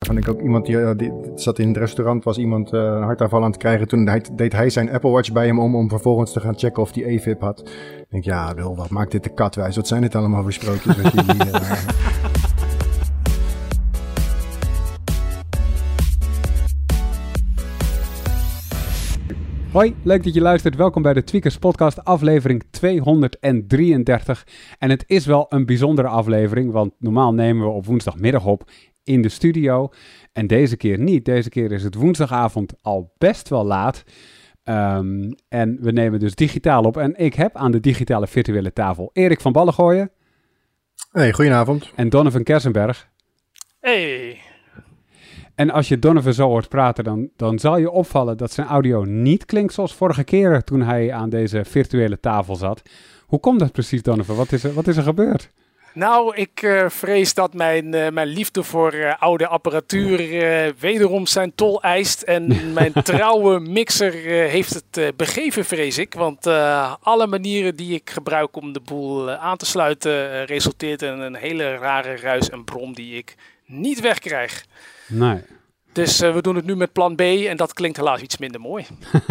waarvan ik ook iemand die zat in het restaurant, was iemand een hartaanval aan het krijgen. Toen deed hij zijn Apple Watch bij hem om vervolgens te gaan checken of hij AFib had. Ik denk, ja, Wil, wat maakt dit de kat wijs? Wat zijn dit allemaal voor sprookjes? Wat jullie, Hoi, leuk dat je luistert. Welkom bij de Tweakers Podcast, aflevering 233. En het is wel een bijzondere aflevering, want normaal nemen we op woensdagmiddag op in de studio. En deze keer niet. Deze keer is het woensdagavond al best wel laat. En we nemen dus digitaal op. En ik heb aan de digitale virtuele tafel Erik van Ballengooien. Hey, goedenavond. En Donovan Kersenberg. Hey. En als je Donovan zo hoort praten, dan zal je opvallen dat zijn audio niet klinkt zoals vorige keer toen hij aan deze virtuele tafel zat. Hoe komt dat precies, Donovan? Wat is er gebeurd? Nou, ik vrees dat mijn liefde voor oude apparatuur wederom zijn tol eist. En mijn trouwe mixer heeft het begeven, vrees ik. Want alle manieren die ik gebruik om de boel aan te sluiten resulteert in een hele rare ruis en brom die ik niet wegkrijg. Nee. Dus we doen het nu met plan B en dat klinkt helaas iets minder mooi.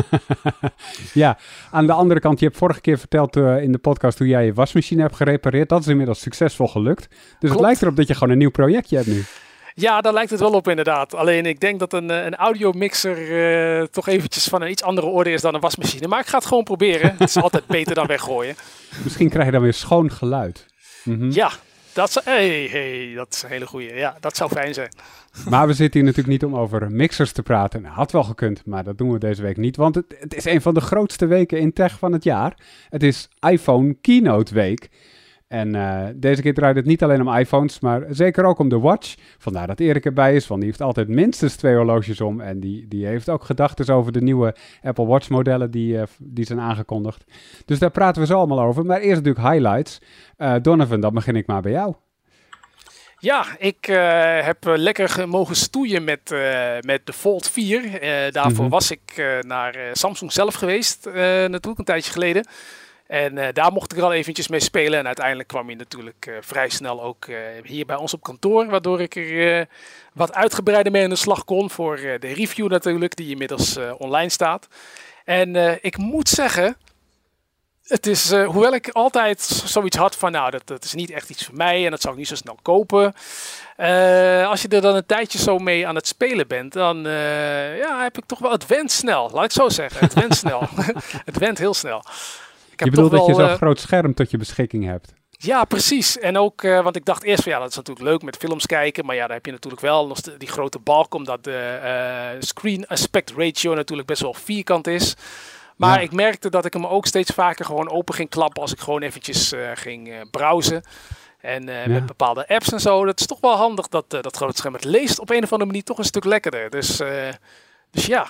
Ja, aan de andere kant, je hebt vorige keer verteld in de podcast hoe jij je wasmachine hebt gerepareerd. Dat is inmiddels succesvol gelukt. Dus Klopt. Het lijkt erop dat je gewoon een nieuw projectje hebt nu. Ja, daar lijkt het wel op inderdaad. Alleen ik denk dat een audiomixer toch eventjes van een iets andere orde is dan een wasmachine. Maar ik ga het gewoon proberen. Het is altijd beter dan weggooien. Misschien krijg je dan weer schoon geluid. Mm-hmm. Ja, dat is een hele goeie. Ja, dat zou fijn zijn. Maar we zitten hier natuurlijk niet om over mixers te praten. Nou, had wel gekund, maar dat doen we deze week niet. Want het is een van de grootste weken in tech van het jaar. Het is iPhone Keynote Week. En deze keer draait het niet alleen om iPhones, maar zeker ook om de Watch. Vandaar dat Erik erbij is, want die heeft altijd minstens 2 horloges om. En die heeft ook gedachten over de nieuwe Apple Watch modellen die zijn aangekondigd. Dus daar praten we zo allemaal over. Maar eerst natuurlijk highlights. Donovan, dan begin ik maar bij jou. Ja, ik heb lekker mogen stoeien met de Fold 4. Daarvoor was ik naar Samsung zelf geweest, natuurlijk een tijdje geleden. En daar mocht ik er al eventjes mee spelen. En uiteindelijk kwam hij natuurlijk vrij snel ook hier bij ons op kantoor. Waardoor ik er wat uitgebreider mee aan de slag kon voor de review natuurlijk, die inmiddels online staat. En ik moet zeggen, het is, hoewel ik altijd zoiets had van, nou, dat is niet echt iets voor mij en dat zou ik niet zo snel kopen. Als je er dan een tijdje zo mee aan het spelen bent, dan heb ik toch wel, het went snel. Laat ik het zo zeggen, het went snel. Het went heel snel. Je bedoelt dat je zo'n groot scherm tot je beschikking hebt? Ja, precies. En ook, want ik dacht eerst van ja, dat is natuurlijk leuk met films kijken. Maar ja, daar heb je natuurlijk wel nog die grote balk, omdat de screen aspect ratio natuurlijk best wel vierkant is. Maar ja, ik merkte dat ik hem ook steeds vaker gewoon open ging klappen als ik gewoon eventjes ging browsen. En met bepaalde apps en zo. Dat is toch wel handig dat dat grote scherm het leest op een of andere manier toch een stuk lekkerder. Dus ja.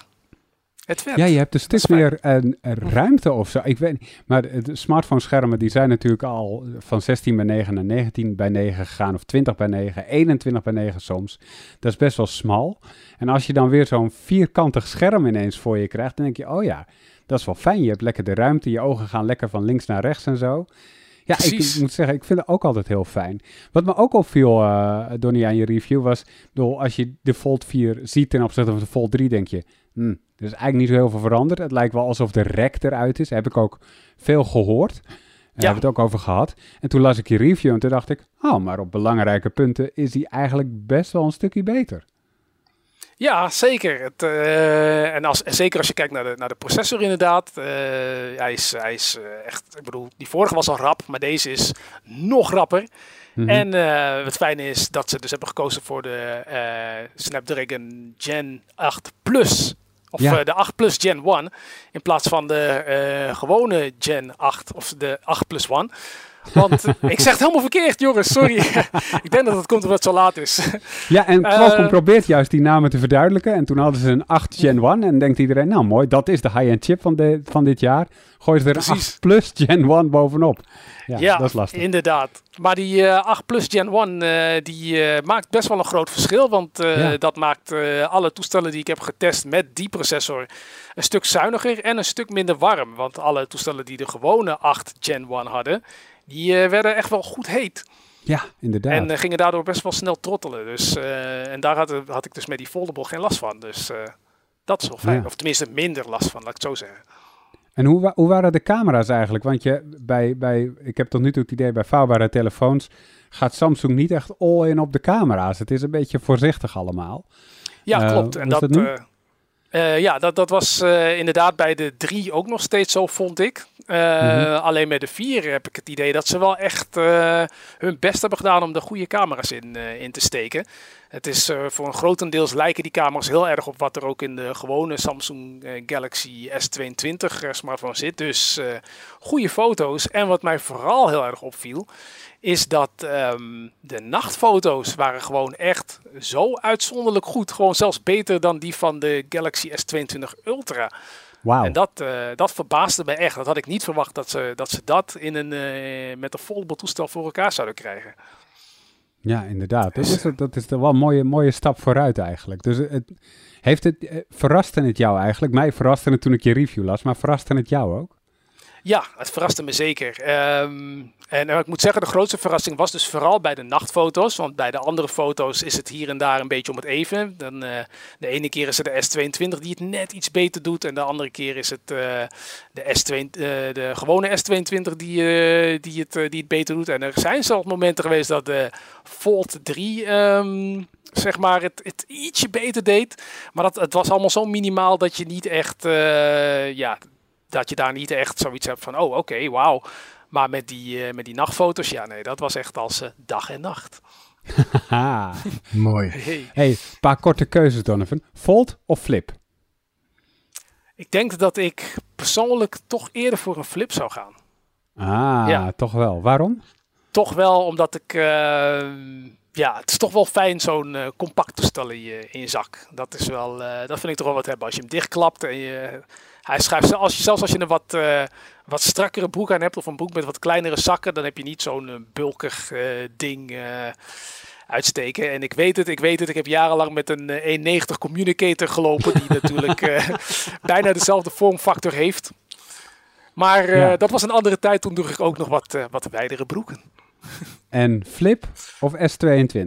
Ja, je hebt een stuk meer ruimte of zo. Ik weet niet. Maar de smartphone-schermen die zijn natuurlijk al van 16 bij 9 naar 19 bij 9 gegaan. Of 20 bij 9, 21 bij 9 soms. Dat is best wel smal. En als je dan weer zo'n vierkantig scherm ineens voor je krijgt, dan denk je, oh ja, dat is wel fijn. Je hebt lekker de ruimte, je ogen gaan lekker van links naar rechts en zo. Ja, ik moet zeggen, ik vind het ook altijd heel fijn. Wat me ook opviel, Donnie, aan je review was, als je de Fold 4 ziet ten opzichte van de Fold 3, denk je, er is eigenlijk niet zo heel veel veranderd. Het lijkt wel alsof de rek eruit is. Heb ik ook veel gehoord. Daar hebben we het ook over gehad. En toen las ik je review en toen dacht ik, maar op belangrijke punten is die eigenlijk best wel een stukje beter. Ja, zeker. Zeker als je kijkt naar de processor inderdaad. Hij is echt, ik bedoel, die vorige was al rap, maar deze is nog rapper. Mm-hmm. En het fijne is dat ze dus hebben gekozen voor de Snapdragon Gen 8 Plus. Of de 8 Plus Gen 1 in plaats van de gewone Gen 8 of de 8 Plus 1. Want ik zeg het helemaal verkeerd, jongens, sorry. Ik denk dat het komt omdat het zo laat is. Ja, en Qualcomm probeert juist die namen te verduidelijken. En toen hadden ze een 8 Gen 1 en denkt iedereen, nou mooi, dat is de high-end chip van dit jaar. Gooi ze er een 8 Plus Gen 1 bovenop. Ja, dat is lastig. Inderdaad. Maar die 8 Plus Gen 1, die maakt best wel een groot verschil. Want dat maakt alle toestellen die ik heb getest met die processor een stuk zuiniger en een stuk minder warm. Want alle toestellen die de gewone 8 Gen 1 hadden, die werden echt wel goed heet. Ja, inderdaad. En gingen daardoor best wel snel trottelen. Dus, en daar had ik dus met die foldable geen last van. Dus dat is wel fijn. Ja. Of tenminste minder last van, laat ik het zo zeggen. En hoe waren de camera's eigenlijk? Want ik heb tot nu toe het idee, bij vouwbare telefoons gaat Samsung niet echt all in op de camera's. Het is een beetje voorzichtig allemaal. Ja, klopt. En dat was inderdaad bij de 3 ook nog steeds zo, vond ik. Alleen met de 4 heb ik het idee dat ze wel echt hun best hebben gedaan om de goede camera's in te steken. Het is voor een grotendeels lijken die camera's heel erg op wat er ook in de gewone Samsung Galaxy S22 smartphone zit. Dus goede foto's. En wat mij vooral heel erg opviel, is dat de nachtfoto's waren gewoon echt zo uitzonderlijk goed. Gewoon zelfs beter dan die van de Galaxy S22 Ultra. Wow. En dat verbaasde me echt. Dat had ik niet verwacht dat ze dat met een foldable toestel voor elkaar zouden krijgen. Ja, inderdaad. Dat is wel een mooie stap vooruit eigenlijk. Dus verraste het jou eigenlijk? Mij verraste het toen ik je review las, maar verraste het jou ook? Ja, het verraste me zeker. En ik moet zeggen, de grootste verrassing was dus vooral bij de nachtfoto's. Want bij de andere foto's is het hier en daar een beetje om het even. Dan, de ene keer is het de S22 die het net iets beter doet. En de andere keer is het de gewone S22 die het beter doet. En er zijn zelfs momenten geweest dat de Fold 3... zeg maar het ietsje beter deed. Maar het was allemaal zo minimaal dat je niet echt... dat je daar niet echt zoiets hebt van... oh, oké, wauw. Maar met die nachtfoto's, ja, nee, dat was echt als dag en nacht. Mooi. Hey, een paar korte keuzes, Donovan. Fold of flip? Ik denk dat ik persoonlijk toch eerder voor een flip zou gaan. Ja. Toch wel. Waarom? Toch wel, omdat ik... het is toch wel fijn, zo'n compact toestel in je zak. Dat vind ik toch wel wat hebben. Als je hem dichtklapt en hij schuift, zelfs als je een wat strakkere broek aan hebt of een broek met wat kleinere zakken, dan heb je niet zo'n bulkig ding uitsteken. En ik weet het. Ik heb jarenlang met een 1,90 communicator gelopen, die natuurlijk bijna dezelfde vormfactor heeft. Maar dat was een andere tijd. Toen droeg ik ook nog wat wijdere broeken. En flip of S22?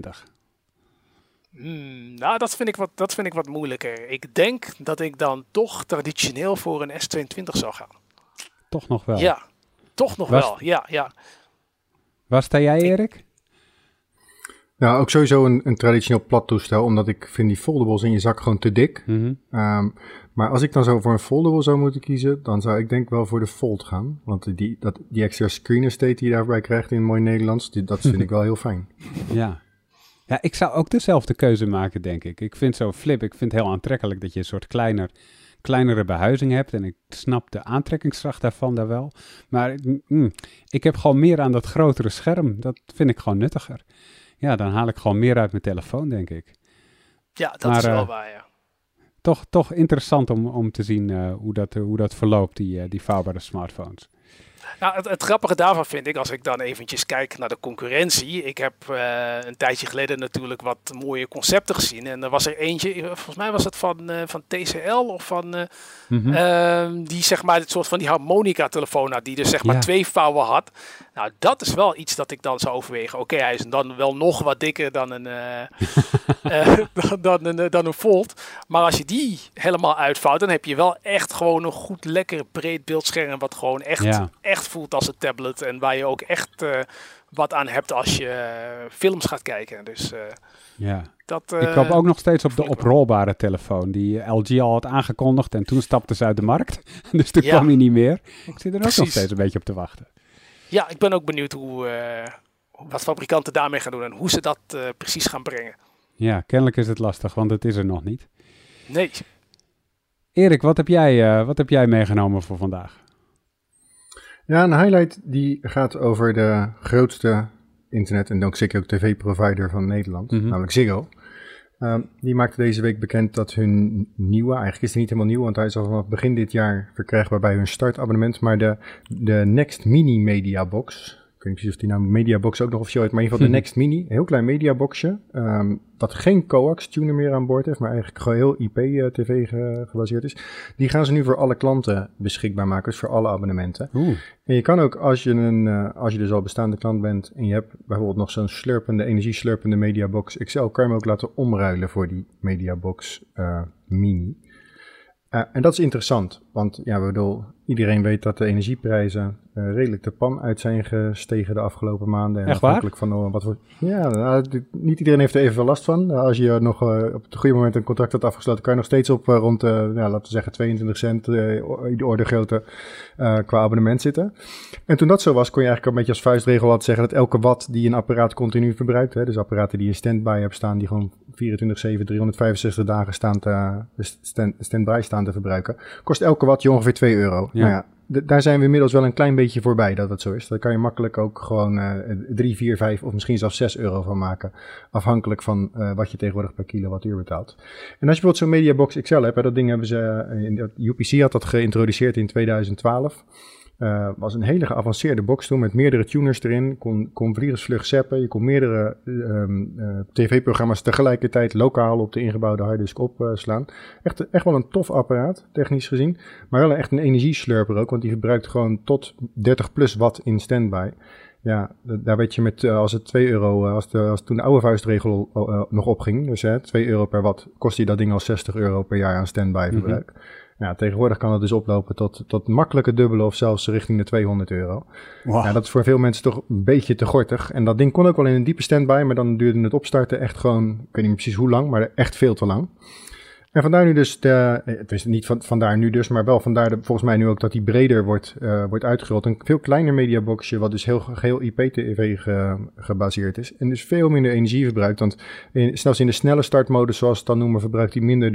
Nou, dat vind ik wat moeilijker. Ik denk dat ik dan toch traditioneel voor een S22 zou gaan. Toch nog wel? Ja, toch nog wel. Ja. Waar sta jij, Erik? Nou, ook sowieso een traditioneel plat toestel, omdat ik vind die foldables in je zak gewoon te dik. Maar als ik dan zo voor een foldable zou moeten kiezen, dan zou ik denk wel voor de Fold gaan. Want die extra screen estate die je daarbij krijgt in mooi Nederlands, dat vind ik wel heel fijn. Ja, ik zou ook dezelfde keuze maken, denk ik. Ik vind zo'n flip, ik vind het heel aantrekkelijk dat je een soort kleinere behuizing hebt. En ik snap de aantrekkingskracht daarvan daar wel. Maar ik heb gewoon meer aan dat grotere scherm. Dat vind ik gewoon nuttiger. Ja, dan haal ik gewoon meer uit mijn telefoon, denk ik. Ja, dat is wel waar, ja. Toch interessant om te zien hoe dat verloopt, die vouwbare smartphones. Nou, het grappige daarvan vind ik, als ik dan eventjes kijk naar de concurrentie. Ik heb een tijdje geleden natuurlijk wat mooie concepten gezien. En er was er eentje, volgens mij was het van TCL of van... die zeg maar het soort van die harmonica-telefoon had, die dus zeg maar 2 vouwen had. Nou, dat is wel iets dat ik dan zou overwegen. Oké, hij is dan wel nog wat dikker dan een Fold. Maar als je die helemaal uitvouwt, dan heb je wel echt gewoon een goed, lekker breed beeldscherm, wat gewoon echt voelt als een tablet. En waar je ook echt wat aan hebt als je films gaat kijken. Dus ik koop ook nog steeds op de oprolbare telefoon die LG al had aangekondigd en toen stapte ze uit de markt. Dus toen kwam hij niet meer. Ik zit er ook nog steeds een beetje op te wachten. Ja, ik ben ook benieuwd wat fabrikanten daarmee gaan doen en hoe ze dat precies gaan brengen. Ja, kennelijk is het lastig, want het is er nog niet. Nee. Erik, wat heb jij meegenomen voor vandaag? Ja, een highlight die gaat over de grootste internet- en ook zeker ook tv-provider van Nederland, namelijk Ziggo. Die maakte deze week bekend dat hun nieuwe, eigenlijk is het niet helemaal nieuw, want hij is al vanaf begin dit jaar verkrijgbaar bij hun startabonnement, maar de Next Mini Media Box weet niet precies of die nou Mediabox ook nog officieel heet, maar in ieder geval de Next Mini. Een heel klein Mediaboxje, wat geen coax-tuner meer aan boord heeft, maar eigenlijk gewoon heel IP-TV gebaseerd is. Die gaan ze nu voor alle klanten beschikbaar maken, dus voor alle abonnementen. En je kan ook, als je dus al bestaande klant bent en je hebt bijvoorbeeld nog zo'n energieslurpende Mediabox XL, kan je hem ook laten omruilen voor die Mediabox Mini. En dat is interessant, want iedereen weet dat de energieprijzen redelijk de pan uit zijn gestegen de afgelopen maanden. En echt waar? Van wat voor... Ja, niet iedereen heeft er evenveel last van. Als je nog op het goede moment een contract hebt afgesloten, kan je nog steeds op rond, laten we zeggen, 22 cent de orde grootte qua abonnement zitten. En toen dat zo was, kon je eigenlijk een beetje als vuistregel laten zeggen dat elke watt die een apparaat continu verbruikt, dus apparaten die je standby hebt staan, die gewoon 24/7, 365 dagen standby staan te verbruiken, kost elke watt je ongeveer €2. Ja. Nou ja, daar zijn we inmiddels wel een klein beetje voorbij dat het zo is. Daar kan je makkelijk ook gewoon 3, 4, 5 of misschien zelfs €6 van maken. Afhankelijk van wat je tegenwoordig per kilowattuur betaalt. En als je bijvoorbeeld zo'n Mediabox XL hebt, dat ding hebben ze, UPC had dat geïntroduceerd in 2012. Was een hele geavanceerde box toen met meerdere tuners erin. Kon vliegensvlug zappen. Je kon meerdere tv-programma's tegelijkertijd lokaal op de ingebouwde harddisk opslaan. Echt wel een tof apparaat, technisch gezien. Maar wel echt een energieslurper ook, want die verbruikt gewoon tot 30 plus watt in standby. Ja, daar weet je met, als het €2, als toen de oude vuistregel nog opging, dus €2 per watt, kost die dat ding al €60 per jaar aan standby verbruik. Ja, tegenwoordig kan het dus oplopen tot makkelijke dubbele of zelfs richting de €200. Wow. Ja, dat is voor veel mensen toch een beetje te gortig. En dat ding kon ook wel in een diepe standby, maar dan duurde het opstarten echt gewoon, ik weet niet precies hoe lang, maar echt veel te lang. En vandaar nu dus, het is niet vandaar nu dus, maar wel vandaar volgens mij nu ook dat die breder wordt uitgerold. Een veel kleiner mediaboxje, wat dus heel IP-TV gebaseerd is. En dus veel minder energie verbruikt. Want zelfs in de snelle startmodus, zoals we het dan noemen, verbruikt hij minder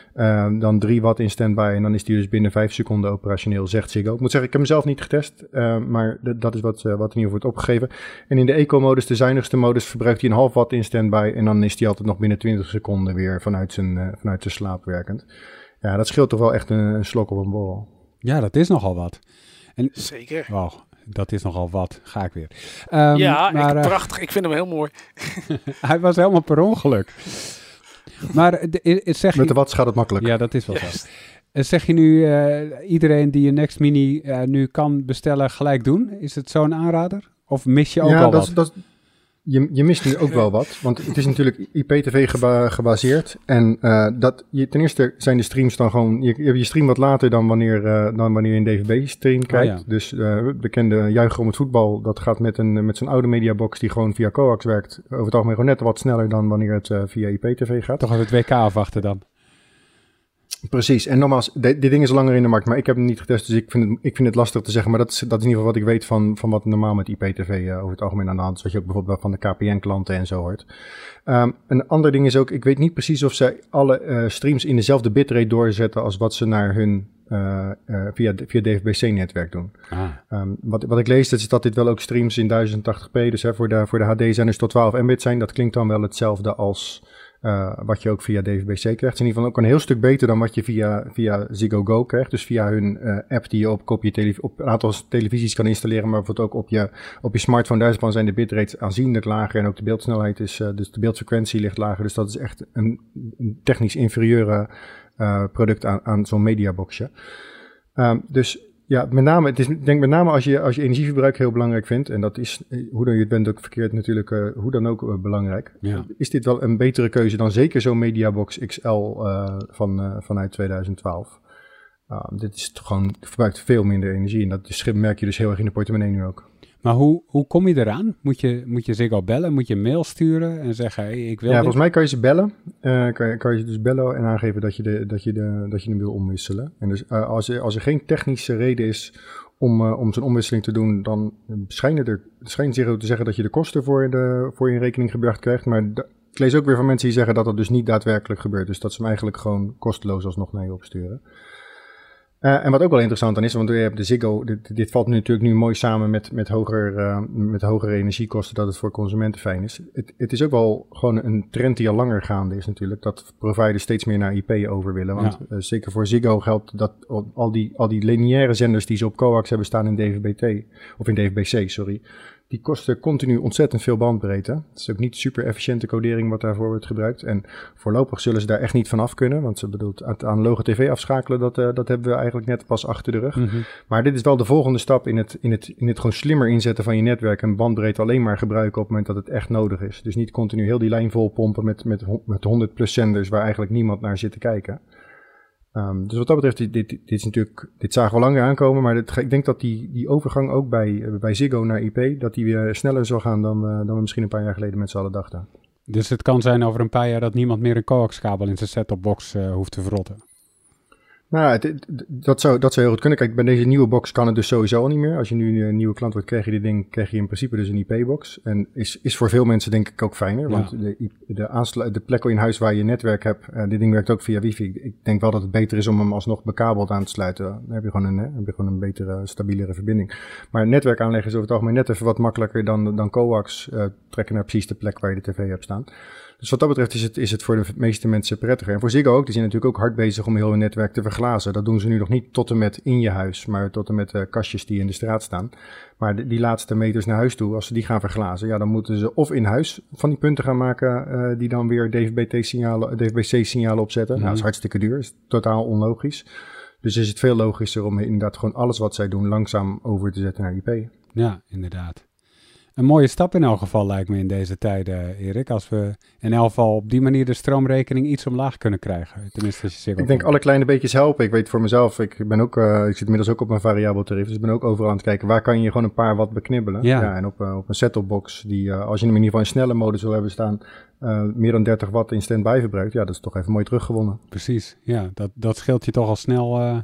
dan 3 watt in standby. En dan is die dus binnen 5 seconden operationeel, zegt Ziggo. Ik moet zeggen, ik heb hem zelf niet getest, maar dat is wat in ieder geval wordt opgegeven. En in de eco-modus, de zuinigste modus, verbruikt hij 0,5 watt in standby. En dan is hij altijd nog binnen 20 seconden weer vanuit zijn slaapwerkend. Ja, dat scheelt toch wel echt een slok op een borrel. Ja, dat is nogal wat. En, zeker. Wow, dat is nogal wat. Ga ik weer. Prachtig. Ik vind hem heel mooi. Hij was helemaal per ongeluk. Maar met de watts gaat het makkelijk. Ja, dat is wel zo. Zeg je nu iedereen die een Next Mini nu kan bestellen gelijk doen? Is het zo'n aanrader? Of mis je ook al wat? Je mist nu ook wel wat, want het is natuurlijk IP-TV gebaseerd. En ten eerste zijn de streams dan gewoon, je hebt je stream wat later dan wanneer je een DVB-stream kijkt. Oh ja. Dus bekende juichen om het voetbal, dat gaat met zo'n oude mediabox die gewoon via coax werkt. Over het algemeen gewoon net wat sneller dan wanneer het via IP-TV gaat. Toch even het WK afwachten dan. Precies, en nogmaals, dit ding is langer in de markt, maar ik heb hem niet getest, dus ik vind het lastig te zeggen. Maar dat is in ieder geval wat ik weet van wat normaal met IP-TV over het algemeen aan de hand is. Wat je ook bijvoorbeeld van de KPN-klanten en zo hoort. Een ander ding is ook, ik weet niet precies of zij alle streams in dezelfde bitrate doorzetten als wat ze naar hun via DVB-C-netwerk doen. Wat ik lees is dat dit wel ook streams in 1080p, dus voor de HD-zenders tot 12 Mbit zijn. Dat klinkt dan wel hetzelfde als wat je ook via DVB-C krijgt. Het is in ieder geval ook een heel stuk beter dan wat je via Ziggo Go krijgt. Dus via hun app die je op een aantal televisies kan installeren, maar bijvoorbeeld ook op je smartphone. Daarvan zijn de bitrates aanzienlijk lager en ook de beeldsnelheid is, dus de beeldfrequentie ligt lager. Dus dat is echt een technisch inferieure product aan zo'n mediaboxje. Dus ja, ik denk met name als je energieverbruik heel belangrijk vindt, en dat is, hoe dan je het bent ook verkeerd natuurlijk, hoe dan ook belangrijk, is dit wel een betere keuze dan zeker zo'n Mediabox XL vanuit 2012. Dit is gewoon, verbruikt veel minder energie en dat merk je dus heel erg in de portemonnee nu ook. Maar hoe kom je eraan? Moet je Ziggo bellen? Moet je een mail sturen en zeggen, hey, ik wil dit? Volgens mij kan je ze bellen. Kan je dus bellen en aangeven dat je hem wil omwisselen. En dus als er geen technische reden is om zo'n omwisseling te doen, dan schijnt Ziggo te zeggen dat je de kosten voor je rekening gebracht krijgt. Maar ik lees ook weer van mensen die zeggen dat dat dus niet daadwerkelijk gebeurt. Dus dat ze hem eigenlijk gewoon kosteloos alsnog naar je opsturen. En wat ook wel interessant aan is, want je hebt de Ziggo, dit valt natuurlijk nu mooi samen met hogere energiekosten, dat het voor consumenten fijn is. Het is ook wel gewoon een trend die al langer gaande is natuurlijk, dat providers steeds meer naar IP over willen. Want zeker voor Ziggo geldt dat al die lineaire zenders die ze op coax hebben staan in DVB-T, of in DVB-C, sorry, die kosten continu ontzettend veel bandbreedte. Het is ook niet super efficiënte codering wat daarvoor wordt gebruikt. En voorlopig zullen ze daar echt niet van af kunnen. Want ze bedoelt het analoge tv afschakelen, dat hebben we eigenlijk net pas achter de rug. Mm-hmm. Maar dit is wel de volgende stap in het gewoon slimmer inzetten van je netwerk. En bandbreedte alleen maar gebruiken op het moment dat het echt nodig is. Dus niet continu heel die lijn vol pompen met 100 plus zenders waar eigenlijk niemand naar zit te kijken. Dus wat dat betreft, dit zagen we langer aankomen, maar ik denk dat die overgang ook bij Ziggo naar IP, dat die weer sneller zal gaan dan we misschien een paar jaar geleden met z'n allen dachten. Dus het kan zijn over een paar jaar dat niemand meer een coax-kabel in zijn set-top-box hoeft te verrotten? Nou, dat zou heel goed kunnen. Kijk, bij deze nieuwe box kan het dus sowieso al niet meer. Als je nu een nieuwe klant wordt, krijg je in principe dus een IP-box. En is voor veel mensen denk ik ook fijner. Ja. Want de plek in huis waar je netwerk hebt, dit ding werkt ook via wifi. Ik denk wel dat het beter is om hem alsnog bekabeld aan te sluiten. Dan heb je gewoon een betere, stabielere verbinding. Maar netwerk aanleggen is over het algemeen net even wat makkelijker dan coax trekken naar precies de plek waar je de tv hebt staan. Dus wat dat betreft is het voor de meeste mensen prettiger. En voor Ziggo ook, die zijn natuurlijk ook hard bezig om heel hun netwerk te verglazen. Dat doen ze nu nog niet tot en met in je huis, maar tot en met kastjes die in de straat staan. Maar die laatste meters naar huis toe, als ze die gaan verglazen, ja, dan moeten ze of in huis van die punten gaan maken die dan weer DVB-C-signalen opzetten. Nou, dat is hartstikke duur, is totaal onlogisch. Dus is het veel logischer om inderdaad gewoon alles wat zij doen langzaam over te zetten naar IP. Ja, inderdaad. Een mooie stap in elk geval lijkt me in deze tijden, Erik. Als we in elk geval op die manier de stroomrekening iets omlaag kunnen krijgen. Tenminste, als je Ziggo ik denk alle kleine beetjes helpen. Ik weet voor mezelf, ik zit inmiddels ook op een variabel tarief. Dus ik ben ook overal aan het kijken, waar kan je gewoon een paar watt beknibbelen. Ja, en op een set-top-box die, als je hem in ieder geval in snelle modus wil hebben staan, meer dan 30 watt in stand-by verbruikt. Ja, dat is toch even mooi teruggewonnen. Precies, ja. Dat scheelt je toch al snel,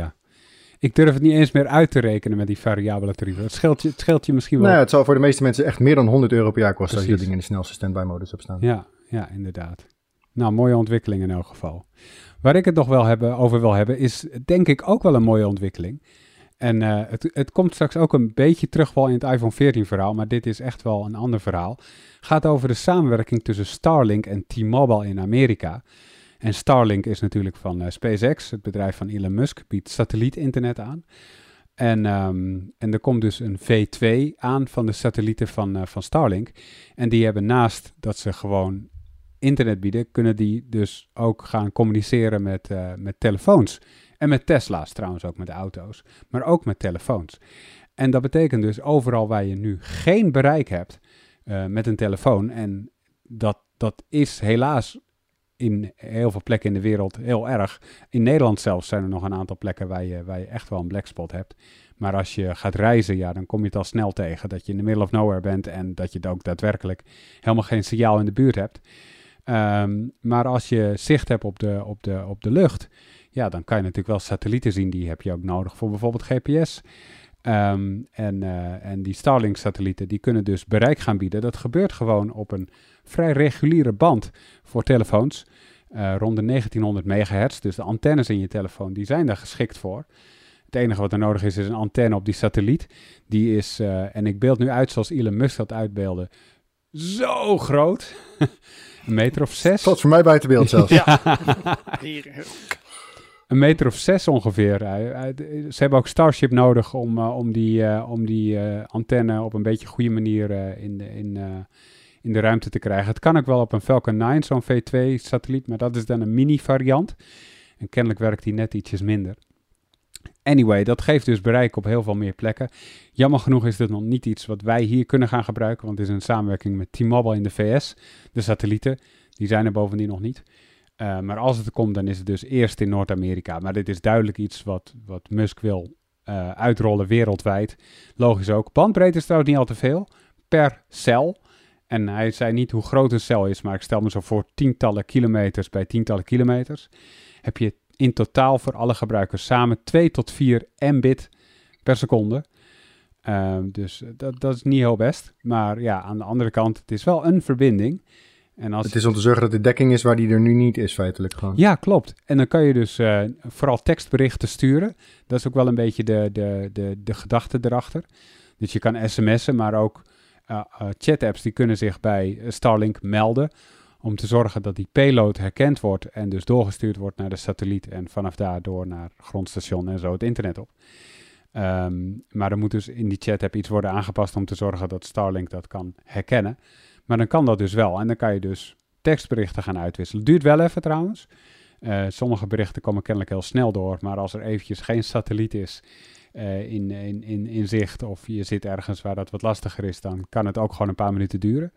Ik durf het niet eens meer uit te rekenen met die variabele tarieven. Het scheelt je misschien wel. Nou ja, het zal voor de meeste mensen echt meer dan €100 per jaar kosten. Precies. Als je dat ding in de snelste standby-modus hebt staan. Ja, inderdaad. Nou, mooie ontwikkeling in elk geval. Waar ik het nog wel over wil hebben, is denk ik ook wel een mooie ontwikkeling. En het komt straks ook een beetje terug wel in het iPhone 14 verhaal, maar dit is echt wel een ander verhaal. Gaat over de samenwerking tussen Starlink en T-Mobile in Amerika. En Starlink is natuurlijk van SpaceX, het bedrijf van Elon Musk, biedt satellietinternet aan. En er komt dus een V2 aan van de satellieten van Starlink. En die hebben naast dat ze gewoon internet bieden, kunnen die dus ook gaan communiceren met telefoons. En met Tesla's trouwens ook, met auto's. Maar ook met telefoons. En dat betekent dus overal waar je nu geen bereik hebt met een telefoon. En dat is helaas in heel veel plekken in de wereld heel erg. In Nederland zelfs zijn er nog een aantal plekken waar je echt wel een blackspot hebt. Maar als je gaat reizen, ja, dan kom je het al snel tegen dat je in the middle of nowhere bent en dat je ook daadwerkelijk helemaal geen signaal in de buurt hebt. Maar als je zicht hebt op de lucht, ja, dan kan je natuurlijk wel satellieten zien. Die heb je ook nodig voor bijvoorbeeld GPS. En die Starlink-satellieten, die kunnen dus bereik gaan bieden. Dat gebeurt gewoon op een vrij reguliere band voor telefoons. Rond de 1900 megahertz. Dus de antennes in je telefoon, die zijn daar geschikt voor. Het enige wat er nodig is een antenne op die satelliet. Die is, en ik beeld nu uit zoals Elon Musk dat uitbeelde, zo groot. 1 meter of 6. Tot voor mij buiten beeld zelfs. Ja, hier. 1 meter of 6 ongeveer. Ze hebben ook Starship nodig om die antenne op een beetje goede manier in de ruimte te krijgen. Het kan ook wel op een Falcon 9, zo'n V2-satelliet, maar dat is dan een mini-variant. En kennelijk werkt die net ietsjes minder. Anyway, dat geeft dus bereik op heel veel meer plekken. Jammer genoeg is dit nog niet iets wat wij hier kunnen gaan gebruiken, want het is een samenwerking met T-Mobile in de VS. De satellieten, die zijn er bovendien nog niet. Maar als het komt, dan is het dus eerst in Noord-Amerika. Maar dit is duidelijk iets wat Musk wil uitrollen wereldwijd. Logisch ook. Bandbreedte is trouwens niet al te veel per cel. En hij zei niet hoe groot een cel is, maar ik stel me zo voor tientallen kilometers bij tientallen kilometers. Heb je in totaal voor alle gebruikers samen 2 tot 4 Mbit per seconde. Dus dat is niet heel best. Maar ja, aan de andere kant, het is wel een verbinding. En het is om te zorgen dat de dekking is waar die er nu niet is, feitelijk gewoon. Ja, klopt. En dan kan je dus vooral tekstberichten sturen. Dat is ook wel een beetje de gedachte erachter. Dus je kan sms'en, maar ook chat-apps die kunnen zich bij Starlink melden. Om te zorgen dat die payload herkend wordt en dus doorgestuurd wordt naar de satelliet. En vanaf daar door naar het grondstation en zo het internet op. Maar er moet dus in die chat-app iets worden aangepast om te zorgen dat Starlink dat kan herkennen. Maar dan kan dat dus wel. En dan kan je dus tekstberichten gaan uitwisselen. Duurt wel even trouwens. Sommige berichten komen kennelijk heel snel door. Maar als er eventjes geen satelliet is in zicht, of je zit ergens waar dat wat lastiger is, dan kan het ook gewoon een paar minuten duren.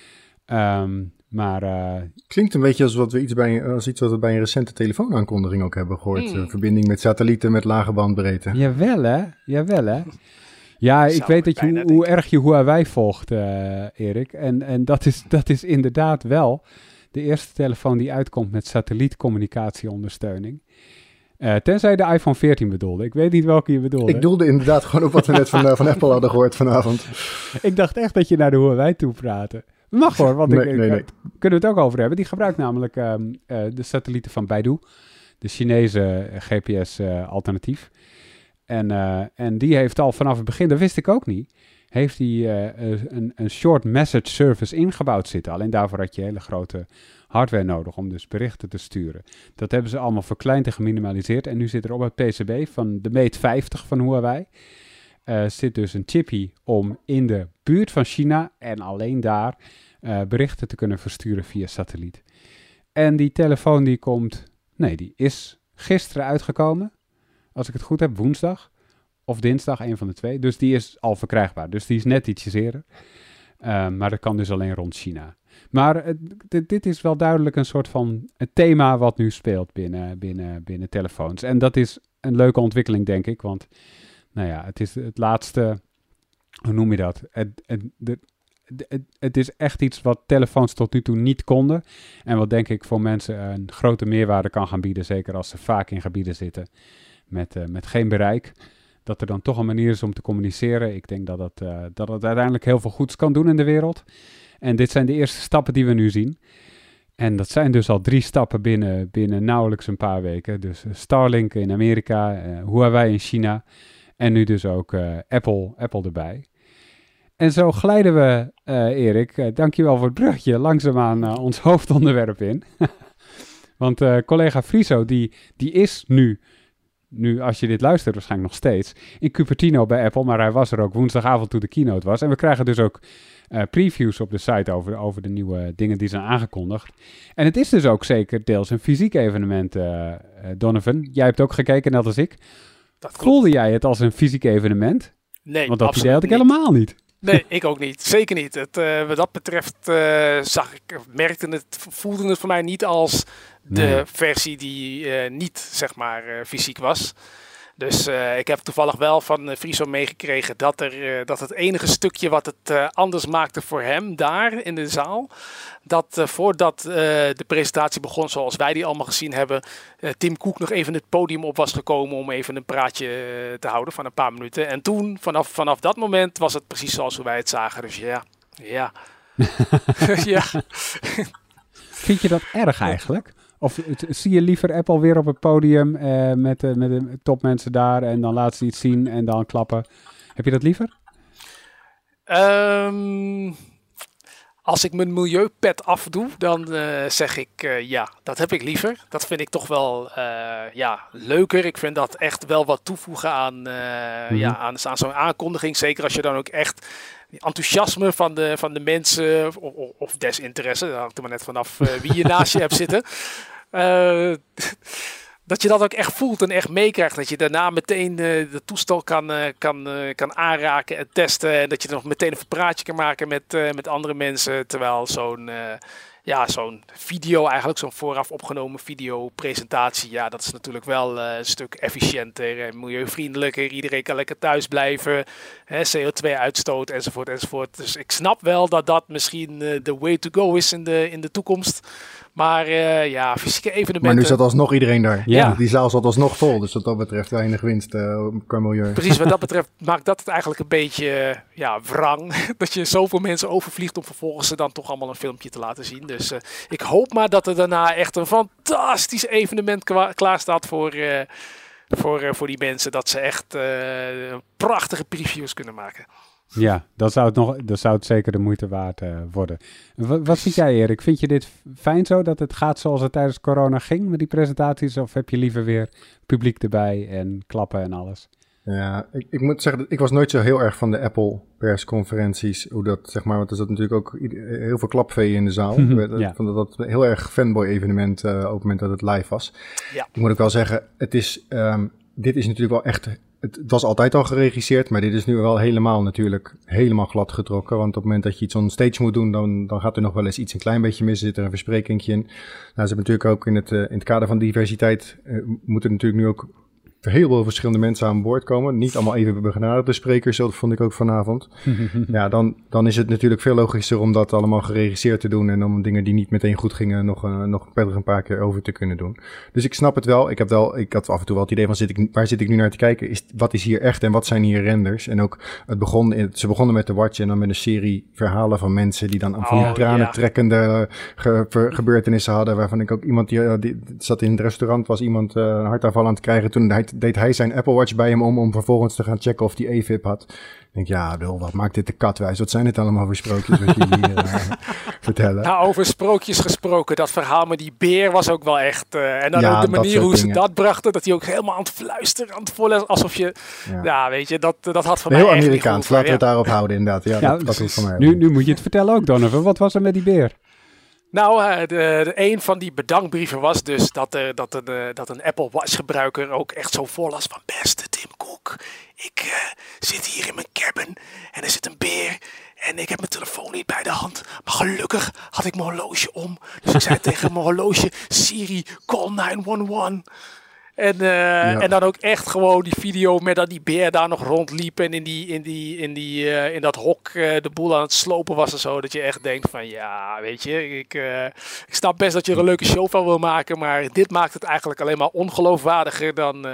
Klinkt een beetje als iets wat we bij een recente telefoonaankondiging ook hebben gehoord. Verbinding met satellieten met lage bandbreedte. Jawel hè. Ja, ik weet dat hoe erg je Huawei volgt, Erik. En dat is inderdaad wel de eerste telefoon die uitkomt met satellietcommunicatieondersteuning. Tenzij je de iPhone 14 bedoelde. Ik weet niet welke je bedoelde. Ik bedoelde inderdaad gewoon op wat we net van Apple hadden gehoord vanavond. Ik dacht echt dat je naar de Huawei toe praatte. Mag hoor, want nee. Kunnen we het ook over hebben. Die gebruikt namelijk de satellieten van Beidou. De Chinese GPS-alternatief. En die heeft al vanaf het begin, dat wist ik ook niet, heeft die een short message service ingebouwd zitten. Alleen daarvoor had je hele grote hardware nodig om dus berichten te sturen. Dat hebben ze allemaal verkleind en geminimaliseerd. En nu zit er op het PCB van de Mate 50 van Huawei zit dus een chipje om in de buurt van China en alleen daar berichten te kunnen versturen via satelliet. En die telefoon die is gisteren uitgekomen. Als ik het goed heb, woensdag of dinsdag, een van de twee. Dus die is al verkrijgbaar. Dus die is net ietsjes eerder. Maar dat kan dus alleen rond China. Maar dit is wel duidelijk een soort van het thema wat nu speelt binnen telefoons. En dat is een leuke ontwikkeling, denk ik. Want nou ja, het is het laatste, hoe noem je dat? Het is echt iets wat telefoons tot nu toe niet konden. En wat denk ik voor mensen een grote meerwaarde kan gaan bieden. Zeker als ze vaak in gebieden zitten met geen bereik. Dat er dan toch een manier is om te communiceren. Ik denk dat het uiteindelijk heel veel goeds kan doen in de wereld. En dit zijn de eerste stappen die we nu zien. En dat zijn dus al 3 stappen binnen nauwelijks een paar weken. Dus Starlink in Amerika, Huawei in China en nu dus ook Apple erbij. En zo glijden we, Erik, dankjewel voor het brugje, langzaamaan ons hoofdonderwerp in. Want collega Friso, die is nu als je dit luistert waarschijnlijk nog steeds, in Cupertino bij Apple. Maar hij was er ook woensdagavond toen de keynote was. En we krijgen dus ook previews op de site over de nieuwe dingen die zijn aangekondigd. En het is dus ook zeker deels een fysiek evenement, Donovan. Jij hebt ook gekeken, net als ik. Voelde jij het als een fysiek evenement? Nee, want dat idee had ik niet. Helemaal niet. Nee, ik ook niet. Zeker niet. Wat dat betreft voelde het voor mij niet als de versie die niet, zeg maar, fysiek was. Dus ik heb toevallig wel van Friso meegekregen dat het enige stukje wat het anders maakte voor hem daar in de zaal, dat voordat de presentatie begon zoals wij die allemaal gezien hebben, Tim Cook nog even het podium op was gekomen om even een praatje te houden van een paar minuten. En toen, vanaf dat moment, was het precies zoals wij het zagen. Dus ja. Ja. Vind je dat erg eigenlijk? Of zie je liever Apple weer op het podium met de topmensen daar en dan laten ze iets zien en dan klappen? Heb je dat liever? Als ik mijn milieupet afdoe, dan zeg ik ja, dat heb ik liever. Dat vind ik toch wel leuker. Ik vind dat echt wel wat toevoegen aan zo'n aankondiging. Zeker als je dan ook echt die enthousiasme van de mensen of desinteresse, dat hangt er maar net vanaf wie je naast je hebt zitten. Dat je dat ook echt voelt en echt meekrijgt. Dat je daarna meteen de toestel kan aanraken en testen. En dat je nog meteen een praatje kan maken met andere mensen. Terwijl zo'n video eigenlijk, zo'n vooraf opgenomen videopresentatie. Ja, dat is natuurlijk wel een stuk efficiënter en milieuvriendelijker. Iedereen kan lekker thuis blijven. CO2-uitstoot enzovoort. Dus ik snap wel dat dat misschien de way to go is in de toekomst. Maar fysieke evenementen... Maar nu zat alsnog iedereen daar. Ja. Die zaal zat alsnog vol. Dus wat dat betreft weinig winst qua milieu. Precies, wat dat betreft maakt dat het eigenlijk een beetje wrang. Dat je zoveel mensen overvliegt om vervolgens ze dan toch allemaal een filmpje te laten zien. Dus ik hoop maar dat er daarna echt een fantastisch evenement klaar staat voor die mensen. Dat ze echt prachtige previews kunnen maken. Ja, dan zou het zeker de moeite waard worden. Wat vind jij, Erik? Vind je dit fijn zo, dat het gaat zoals het tijdens corona ging met die presentaties? Of heb je liever weer publiek erbij en klappen en alles? Ja, ik moet zeggen, ik was nooit zo heel erg van de Apple persconferenties. Hoe dat, zeg maar, want er zat natuurlijk ook heel veel klapvee in de zaal. Ik vond dat een heel erg fanboy evenement op het moment dat het live was. Ja. Ik moet ook wel zeggen, dit is natuurlijk wel echt... Het was altijd al geregisseerd, maar dit is nu wel helemaal glad getrokken. Want op het moment dat je iets on stage moet doen, dan gaat er nog wel eens iets een klein beetje mis. Zit er een versprekingje in. Nou, ze hebben natuurlijk ook in het kader van diversiteit moeten natuurlijk nu ook heel veel verschillende mensen aan boord komen. Niet allemaal even begenadigde sprekers, dat vond ik ook vanavond. Ja, dan is het natuurlijk veel logischer om dat allemaal geregisseerd te doen en om dingen die niet meteen goed gingen nog een paar keer over te kunnen doen. Dus ik snap het wel. Ik had af en toe wel het idee van waar zit ik nu naar te kijken? Wat is hier echt en wat zijn hier renders? En ook ze begonnen met de Watch en dan met een serie verhalen van mensen die dan van die tranentrekkende gebeurtenissen hadden, waarvan ik ook iemand die zat in het restaurant, was iemand een hartaanval aan het krijgen. Toen deed hij zijn Apple Watch bij hem om vervolgens te gaan checken of hij AFib had. Ik denk, ja, wat maakt dit de katwijs? Wat zijn het allemaal voor sprookjes wat jullie vertellen? Nou, over sprookjes gesproken, dat verhaal met die beer was ook wel echt... en dan ook de manier hoe ze dat brachten, dat hij ook helemaal aan het fluisteren, aan het voorlezen, alsof je... Ja, weet je, dat had voor mij heel Amerikaans, laten we het daarop houden inderdaad. Ja, dat hoeft van mij. Nu moet je het vertellen ook, Donovan. Wat was er met die beer? Nou, een van die bedankbrieven was dus dat een Apple Watch gebruiker ook echt zo voorlas van: beste Tim Cook, ik zit hier in mijn cabin en er zit een beer en ik heb mijn telefoon niet bij de hand. Maar gelukkig had ik mijn horloge om. Dus ik zei tegen mijn horloge: Siri, call 911. En dan ook echt gewoon die video met dat die beer daar nog rondliep en in dat hok de boel aan het slopen was en zo. Dat je echt denkt van ja, weet je, ik snap best dat je er een leuke show van wil maken, maar dit maakt het eigenlijk alleen maar ongeloofwaardiger dan...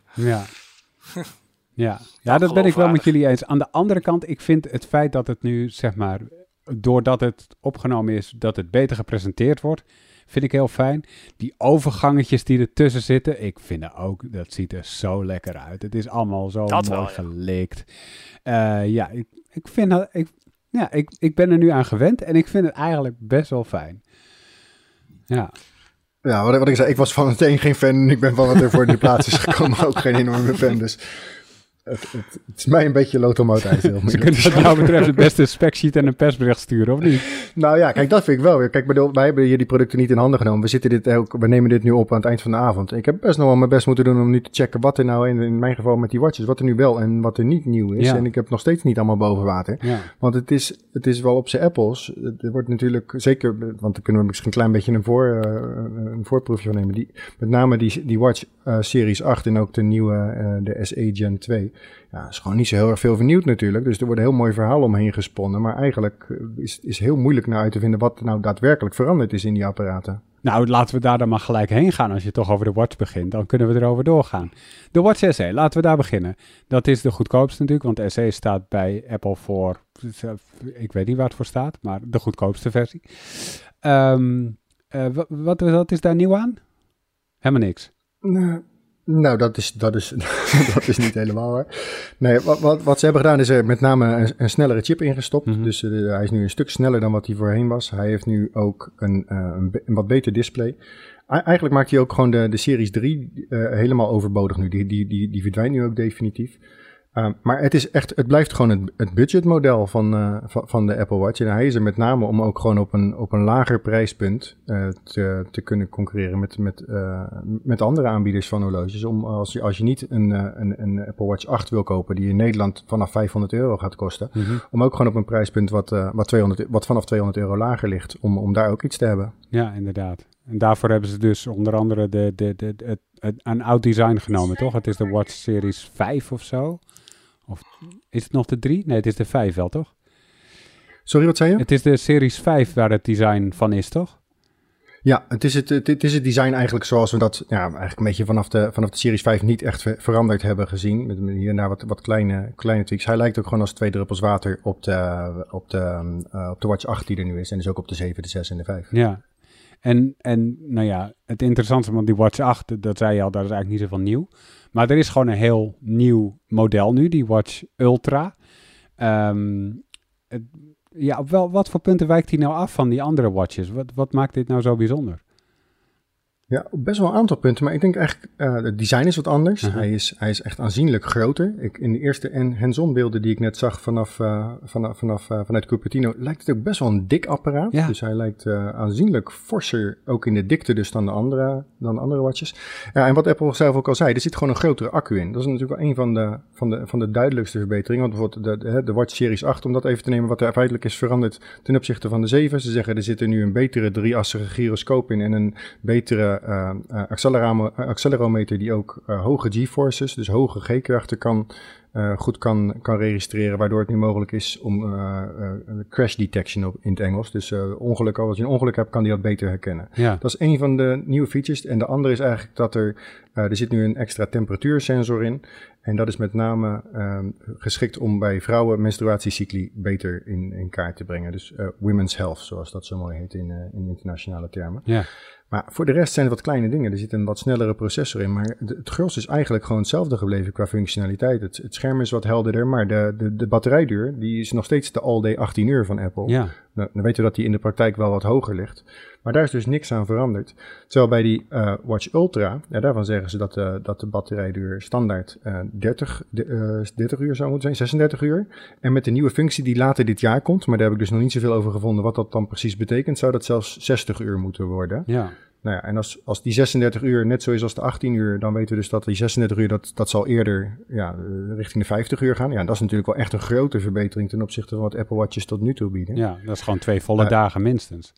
Ja, dat ben ik wel met jullie eens. Aan de andere kant, ik vind het feit dat het nu, zeg maar, doordat het opgenomen is, dat het beter gepresenteerd wordt, vind ik heel fijn. Die overgangetjes die ertussen zitten, ik vind het ook, dat ziet er zo lekker uit. Het is allemaal zo mooi gelikt. Ik vind dat, ik ben er nu aan gewend en ik vind het eigenlijk best wel fijn. Ja. Ja, wat ik zei, ik was van het een geen fan en ik ben van wat er voor in de plaats is gekomen ook geen enorme fan, dus... Het is mij een beetje lotomoot-ijs. Ze kunnen wat jou betreft het beste specsheet en een persbericht sturen, of niet? Nou ja, kijk, dat vind ik wel weer. Kijk, wij hebben hier die producten niet in handen genomen. We nemen dit nu op aan het eind van de avond. Ik heb best nog wel mijn best moeten doen om nu te checken wat er nou in mijn geval met die watches, wat er nu wel en wat er niet nieuw is. Ja. En ik heb nog steeds niet allemaal boven water. Ja. Want het is wel op zijn Apples. Er wordt natuurlijk, zeker, want daar kunnen we misschien een klein beetje een voorproefje van nemen. Met name die Watch Series 8 en ook de nieuwe, de SE Gen 2. Ja, is gewoon niet zo heel erg veel vernieuwd natuurlijk. Dus er worden heel mooie verhalen omheen gesponnen. Maar eigenlijk is heel moeilijk naar uit te vinden wat nou daadwerkelijk veranderd is in die apparaten. Nou, laten we daar dan maar gelijk heen gaan. Als je toch over de Watch begint, dan kunnen we erover doorgaan. De Watch SE, laten we daar beginnen. Dat is de goedkoopste natuurlijk, want SE staat bij Apple voor... Ik weet niet waar het voor staat, maar de goedkoopste versie. Wat is daar nieuw aan? Helemaal niks. Nou, dat is niet helemaal waar. Nee, wat ze hebben gedaan is er met name een snellere chip ingestopt. Mm-hmm. Dus hij is nu een stuk sneller dan wat hij voorheen was. Hij heeft nu ook een wat beter display. Eigenlijk maakt hij ook gewoon de Series 3 helemaal overbodig nu. Die verdwijnt nu ook definitief. Maar het blijft gewoon het budgetmodel van de Apple Watch. En hij is er met name om ook gewoon op een lager prijspunt te kunnen concurreren met andere aanbieders van horloges. Als je niet een Apple Watch 8 wil kopen, die in Nederland vanaf €500 gaat kosten. Mm-hmm. Om ook gewoon op een prijspunt wat vanaf €200 lager ligt, om daar ook iets te hebben. Ja, inderdaad. En daarvoor hebben ze dus onder andere een oud design genomen, toch? Het is de Watch Series 5 of zo. Of is het nog de 3? Nee, het is de 5 wel, toch? Sorry, wat zei je? Het is de Series 5 waar het design van is, toch? Ja, het is het design eigenlijk zoals we dat eigenlijk een beetje vanaf de Series 5 niet echt veranderd hebben gezien. Met hier en daar wat kleine tweaks. Hij lijkt ook gewoon als 2 druppels water op de Watch 8 die er nu is. En dus ook op de 7, de 6 en de 5. Ja. En nou ja, het interessante van die Watch 8, dat zei je al, daar is eigenlijk niet zoveel nieuw. Maar er is gewoon een heel nieuw model nu, die Watch Ultra. Op wat voor punten wijkt die nou af van die andere watches? Wat maakt dit nou zo bijzonder? Ja, best wel een aantal punten, maar ik denk eigenlijk, het design is wat anders. Hij is echt aanzienlijk groter. In de eerste hands-on beelden die ik net zag vanuit Cupertino, lijkt het ook best wel een dik apparaat. Ja. Dus hij lijkt aanzienlijk forser, ook in de dikte dus dan de andere watches. Ja, en wat Apple zelf ook al zei, er zit gewoon een grotere accu in. Dat is natuurlijk wel een van de duidelijkste verbeteringen. Want bijvoorbeeld de Watch Series 8, om dat even te nemen, wat er feitelijk is veranderd ten opzichte van de 7. Ze zeggen, er zit er nu een betere 3-assige gyroscoop in en een betere accelerometer die ook hoge G-forces, dus hoge G-krachten goed kan registreren, waardoor het nu mogelijk is om crash detection in het Engels. Dus als je een ongeluk hebt, kan die dat beter herkennen. Ja. Dat is een van de nieuwe features. En de andere is eigenlijk dat er zit nu een extra temperatuursensor in. En dat is met name geschikt om bij vrouwen menstruatiecycli beter in kaart te brengen. Dus women's health, zoals dat zo mooi heet in internationale termen. Ja. Maar voor de rest zijn het wat kleine dingen. Er zit een wat snellere processor in. Maar het gros is eigenlijk gewoon hetzelfde gebleven qua functionaliteit. Het scherm is wat helderder, maar de batterijduur die is nog steeds de all-day 18 uur van Apple. Ja. Nou, dan weten we dat die in de praktijk wel wat hoger ligt. Maar daar is dus niks aan veranderd. Terwijl bij die Watch Ultra, daarvan zeggen ze dat de batterijduur standaard 30 uur zou moeten zijn, 36 uur. En met de nieuwe functie die later dit jaar komt, maar daar heb ik dus nog niet zoveel over gevonden wat dat dan precies betekent, zou dat zelfs 60 uur moeten worden. Ja. Nou ja, en als die 36 uur net zo is als de 18 uur, dan weten we dus dat die 36 uur, dat zal eerder richting de 50 uur gaan. Ja, dat is natuurlijk wel echt een grote verbetering ten opzichte van wat Apple Watches tot nu toe bieden. Ja, dat is gewoon 2 volle dagen minstens.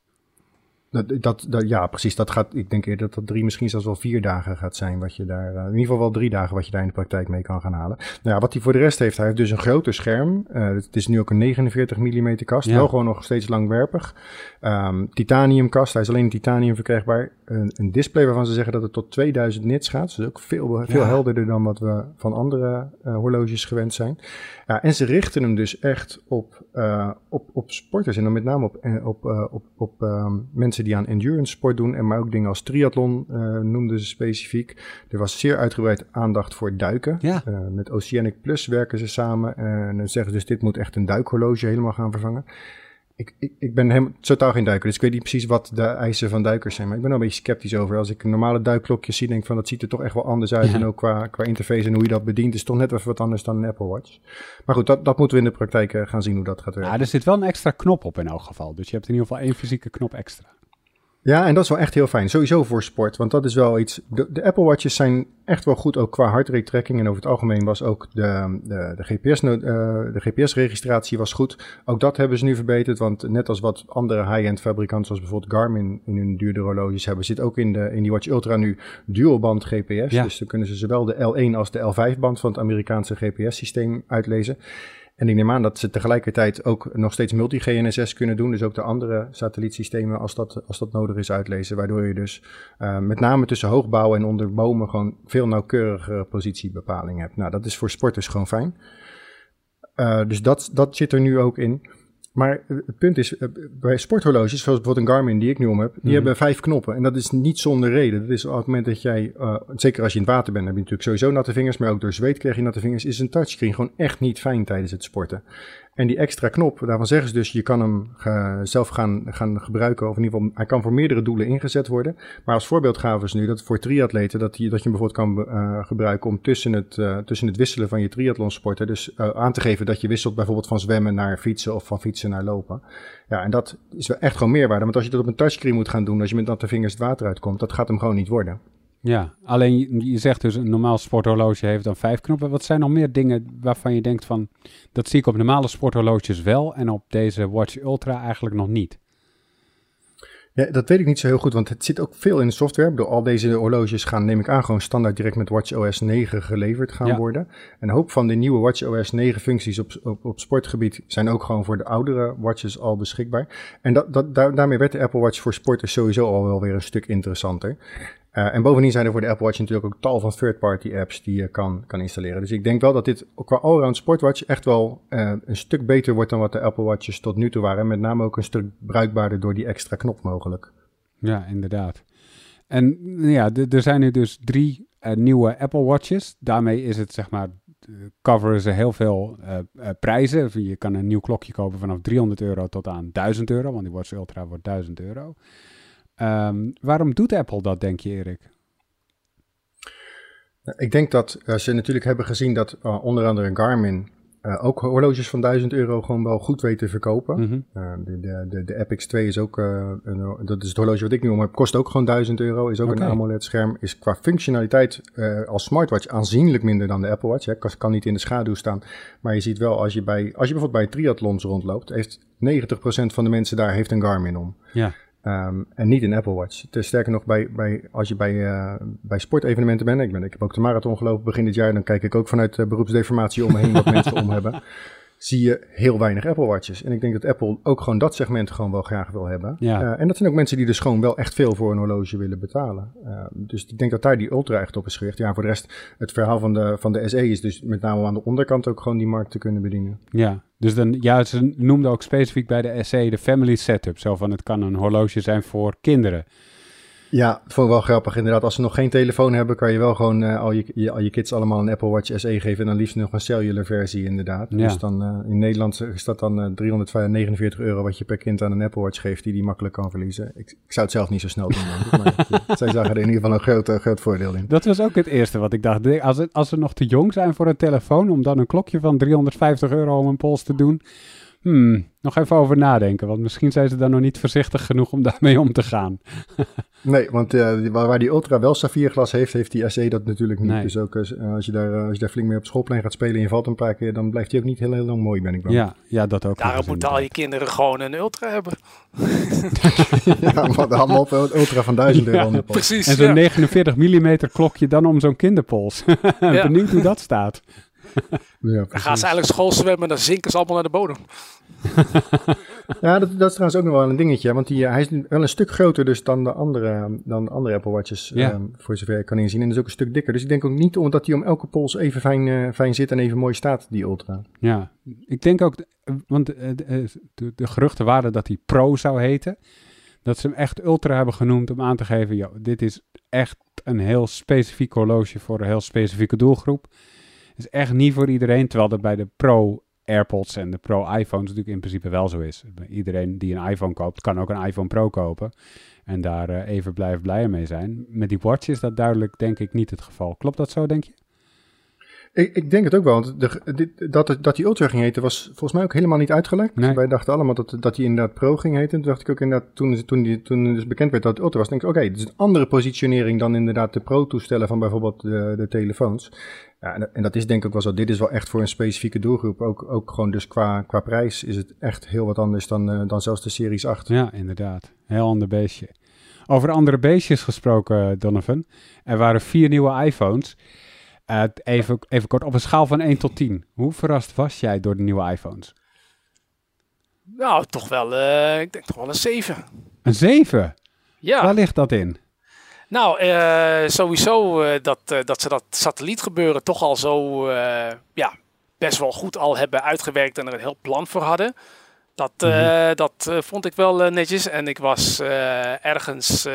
Ja, precies. Ik denk eerder dat 3, misschien zelfs wel 4 dagen gaat zijn. Wat je daar, in ieder geval wel 3 dagen wat je daar in de praktijk mee kan gaan halen. Nou ja, wat hij voor de rest heeft, hij heeft dus een groter scherm. Het is nu ook een 49 mm kast. Ja. Wel gewoon nog steeds langwerpig. Titanium kast, hij is alleen in titanium verkrijgbaar. Een display waarvan ze zeggen dat het tot 2000 nits gaat. Dus ook veel helderder dan wat we van andere horloges gewend zijn. Ja, en ze richten hem dus echt op sporters. En dan met name op mensen die aan endurance sport doen, maar ook dingen als triathlon noemden ze specifiek. Er was zeer uitgebreid aandacht voor duiken. Ja. Met Oceanic Plus werken ze samen. En dan zeggen ze dus, dit moet echt een duikhorloge helemaal gaan vervangen. Ik ben totaal geen duiker, dus ik weet niet precies wat de eisen van duikers zijn. Maar ik ben er een beetje sceptisch over. Als ik normale duikklokjes zie, denk ik van dat ziet er toch echt wel anders uit. Ja. En ook qua interface en hoe je dat bedient is toch net even wat anders dan een Apple Watch. Maar goed, dat moeten we in de praktijk gaan zien hoe dat gaat werken. Ja, er zit wel een extra knop op in elk geval. Dus je hebt in ieder geval 1 fysieke knop extra. Ja, en dat is wel echt heel fijn. Sowieso voor sport, want dat is wel iets. De Apple Watches zijn echt wel goed ook qua heart rate tracking. En over het algemeen was ook de GPS-registratie was goed. Ook dat hebben ze nu verbeterd, want net als wat andere high-end fabrikanten, zoals bijvoorbeeld Garmin in hun duurdere horloges hebben, zit ook in die Watch Ultra nu dual-band GPS. Ja. Dus dan kunnen ze zowel de L1 als de L5-band van het Amerikaanse GPS-systeem uitlezen. En ik neem aan dat ze tegelijkertijd ook nog steeds multi-GNSS kunnen doen. Dus ook de andere satellietsystemen als dat nodig is uitlezen. Waardoor je dus met name tussen hoogbouw en onder bomen gewoon veel nauwkeurigere positiebepaling hebt. Nou, dat is voor sporters gewoon fijn. Dus dat zit er nu ook in. Maar het punt is, bij sporthorloges, zoals bijvoorbeeld een Garmin die ik nu om heb, die hebben 5 knoppen. En dat is niet zonder reden. Dat is op het moment dat jij, zeker als je in het water bent, heb je natuurlijk sowieso natte vingers, maar ook door zweet krijg je natte vingers, is een touchscreen gewoon echt niet fijn tijdens het sporten. En die extra knop, daarvan zeggen ze dus, je kan hem zelf gaan gebruiken, of in ieder geval, hij kan voor meerdere doelen ingezet worden. Maar als voorbeeld gaven ze nu dat voor triatleten, dat je hem bijvoorbeeld kan gebruiken om tussen het wisselen van je triathlonsporten, dus aan te geven dat je wisselt bijvoorbeeld van zwemmen naar fietsen of van fietsen naar lopen. Ja, en dat is wel echt gewoon meerwaarde, want als je dat op een touchscreen moet gaan doen, als je met natte vingers het water uitkomt, dat gaat hem gewoon niet worden. Ja, alleen je zegt dus een normaal sporthorloge heeft dan 5 knoppen. Wat zijn nog meer dingen waarvan je denkt van, dat zie ik op normale sporthorloges wel en op deze Watch Ultra eigenlijk nog niet? Ja, dat weet ik niet zo heel goed, want het zit ook veel in de software. Door al deze horloges gaan, neem ik aan, gewoon standaard direct met WatchOS 9 geleverd gaan worden. En een hoop van de nieuwe WatchOS 9 functies op sportgebied zijn ook gewoon voor de oudere watches al beschikbaar. En daarmee werd de Apple Watch voor sporters sowieso al wel weer een stuk interessanter. En bovendien zijn er voor de Apple Watch natuurlijk ook tal van third-party apps die je kan installeren. Dus ik denk wel dat dit qua allround sportwatch echt wel een stuk beter wordt dan wat de Apple Watches tot nu toe waren. En met name ook een stuk bruikbaarder door die extra knop mogelijk. Ja, inderdaad. En ja, er zijn nu dus 3 nieuwe Apple Watches. Daarmee is het, zeg maar, coveren ze heel veel prijzen. Je kan een nieuw klokje kopen vanaf €300 tot aan €1000, want die Watch Ultra wordt €1000. Waarom doet Apple dat, denk je, Erik? Ik denk dat ze natuurlijk hebben gezien dat onder andere Garmin ook horloges van €1000 gewoon wel goed weet te verkopen. Mm-hmm. De Epix 2 is ook, dat is het horloge wat ik nu om heb, kost ook gewoon €1000. Is ook een AMOLED-scherm. Is qua functionaliteit als smartwatch aanzienlijk minder dan de Apple Watch. Hè. Kan niet in de schaduw staan. Maar je ziet wel, als je bijvoorbeeld bij triathlons rondloopt, heeft 90% van de mensen daar heeft een Garmin om. Ja. En niet een Apple Watch. Sterker nog, als je bij sportevenementen bent, ik heb ook de marathon gelopen begin dit jaar, dan kijk ik ook vanuit beroepsdeformatie om me heen wat mensen om hebben, zie je heel weinig Apple Watches. En ik denk dat Apple ook gewoon dat segment gewoon wel graag wil hebben. Ja. En dat zijn ook mensen die dus gewoon wel echt veel voor een horloge willen betalen. Dus ik denk dat daar die Ultra echt op is gericht. Ja, voor de rest, het verhaal van de SE is dus met name aan de onderkant ook gewoon die markt te kunnen bedienen. Ja, dus ze noemden ook specifiek bij de SE de family setup. Zo van, het kan een horloge zijn voor kinderen. Ja, dat vond ik wel grappig. Inderdaad, als ze nog geen telefoon hebben, kan je wel gewoon al je kids allemaal een Apple Watch SE geven. En dan liefst nog een cellular versie inderdaad. Ja. Dus dan in Nederland is dat dan €349 wat je per kind aan een Apple Watch geeft die makkelijk kan verliezen. Ik zou het zelf niet zo snel doen, denk ik, maar zij zagen er in ieder geval een groot voordeel in. Dat was ook het eerste wat ik dacht. Als ze nog te jong zijn voor een telefoon, om dan een klokje van €350 om een pols te doen. Nog even over nadenken, want misschien zijn ze dan nog niet voorzichtig genoeg om daarmee om te gaan. Nee, want waar die Ultra wel saffierglas heeft die SE dat natuurlijk niet. Nee. Dus ook als je daar flink mee op het schoolplein gaat spelen en je valt een paar keer, dan blijft die ook niet heel lang mooi, ben ik bang. Ja, dat ook. Daarom moeten al je kinderen gewoon een Ultra hebben. Ja, maar allemaal op een Ultra van €1000. Ja, precies. En zo'n 49 mm klokje dan om zo'n kinderpols. Benieuwd hoe dat staat. Ja, dan gaan ze eigenlijk school zwemmen en dan zinken ze allemaal naar de bodem. Ja, dat is trouwens ook nog wel een dingetje. Want hij is wel een stuk groter dus dan de andere Apple Watches. Ja. Voor zover ik kan inzien. En is ook een stuk dikker. Dus ik denk ook niet omdat hij om elke pols even fijn zit en even mooi staat, die Ultra. Ja, ik denk ook, want de geruchten waren dat hij Pro zou heten. Dat ze hem echt Ultra hebben genoemd om aan te geven, dit is echt een heel specifiek horloge voor een heel specifieke doelgroep. Is echt niet voor iedereen, terwijl dat bij de Pro AirPods en de Pro iPhones natuurlijk in principe wel zo is. Iedereen die een iPhone koopt, kan ook een iPhone Pro kopen en daar even blij mee zijn. Met die watch is dat duidelijk, denk ik, niet het geval. Klopt dat zo, denk je? Ik denk het ook wel, want dat die Ultra ging heten was volgens mij ook helemaal niet uitgelekt. Nee. Wij dachten allemaal dat die inderdaad Pro ging heten. Toen dacht ik ook inderdaad, toen dus bekend werd dat het Ultra was, denk ik, oké, dit is een andere positionering dan inderdaad de Pro-toestellen van bijvoorbeeld de telefoons. Ja, en dat is denk ik ook wel zo. Dit is wel echt voor een specifieke doelgroep. Ook gewoon dus qua prijs is het echt heel wat anders dan zelfs de Series 8. Ja, inderdaad. Heel ander beestje. Over andere beestjes gesproken, Donovan. Er waren 4 nieuwe iPhones. Even kort, op een schaal van 1 tot 10. Hoe verrast was jij door de nieuwe iPhones? Nou, toch wel, ik denk toch wel een 7. Een 7? Ja. Waar ligt dat in? Nou, sowieso dat ze dat satellietgebeuren toch al zo best wel goed al hebben uitgewerkt en er een heel plan voor hadden. Dat vond ik wel netjes. En ik was ergens...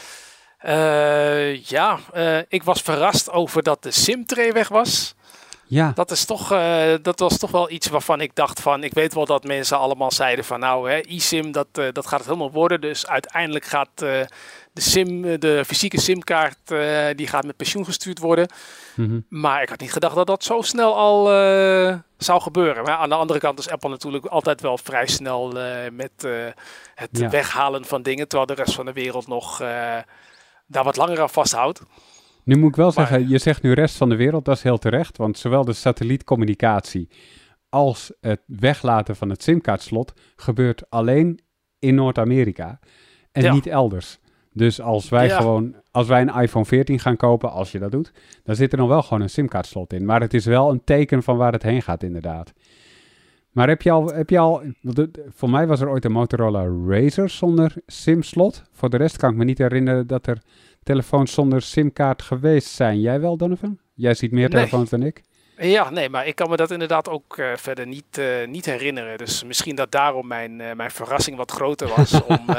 ik was verrast over dat de SIM-tray weg was. Ja. Dat was toch wel iets waarvan ik dacht van... Ik weet wel dat mensen allemaal zeiden van... Nou, eSIM, dat gaat het helemaal worden. Dus uiteindelijk gaat de fysieke SIM-kaart... die gaat met pensioen gestuurd worden. Mm-hmm. Maar ik had niet gedacht dat dat zo snel al zou gebeuren. Maar aan de andere kant is Apple natuurlijk altijd wel vrij snel... met het weghalen van dingen... terwijl de rest van de wereld nog... daar wat langer aan vasthoudt. Nu moet ik wel zeggen, je zegt nu rest van de wereld, dat is heel terecht. Want zowel de satellietcommunicatie als het weglaten van het simkaartslot gebeurt alleen in Noord-Amerika en niet elders. Dus als wij een iPhone 14 gaan kopen, als je dat doet, dan zit er nog wel gewoon een simkaartslot in. Maar het is wel een teken van waar het heen gaat, inderdaad. Maar heb je al voor mij was er ooit een Motorola Razr zonder SIM-slot. Voor de rest kan ik me niet herinneren dat er telefoons zonder SIM-kaart geweest zijn. Jij wel, Donovan? Jij ziet meer telefoons dan ik. Ja, nee, maar ik kan me dat inderdaad ook verder niet herinneren. Dus misschien dat daarom mijn verrassing wat groter was.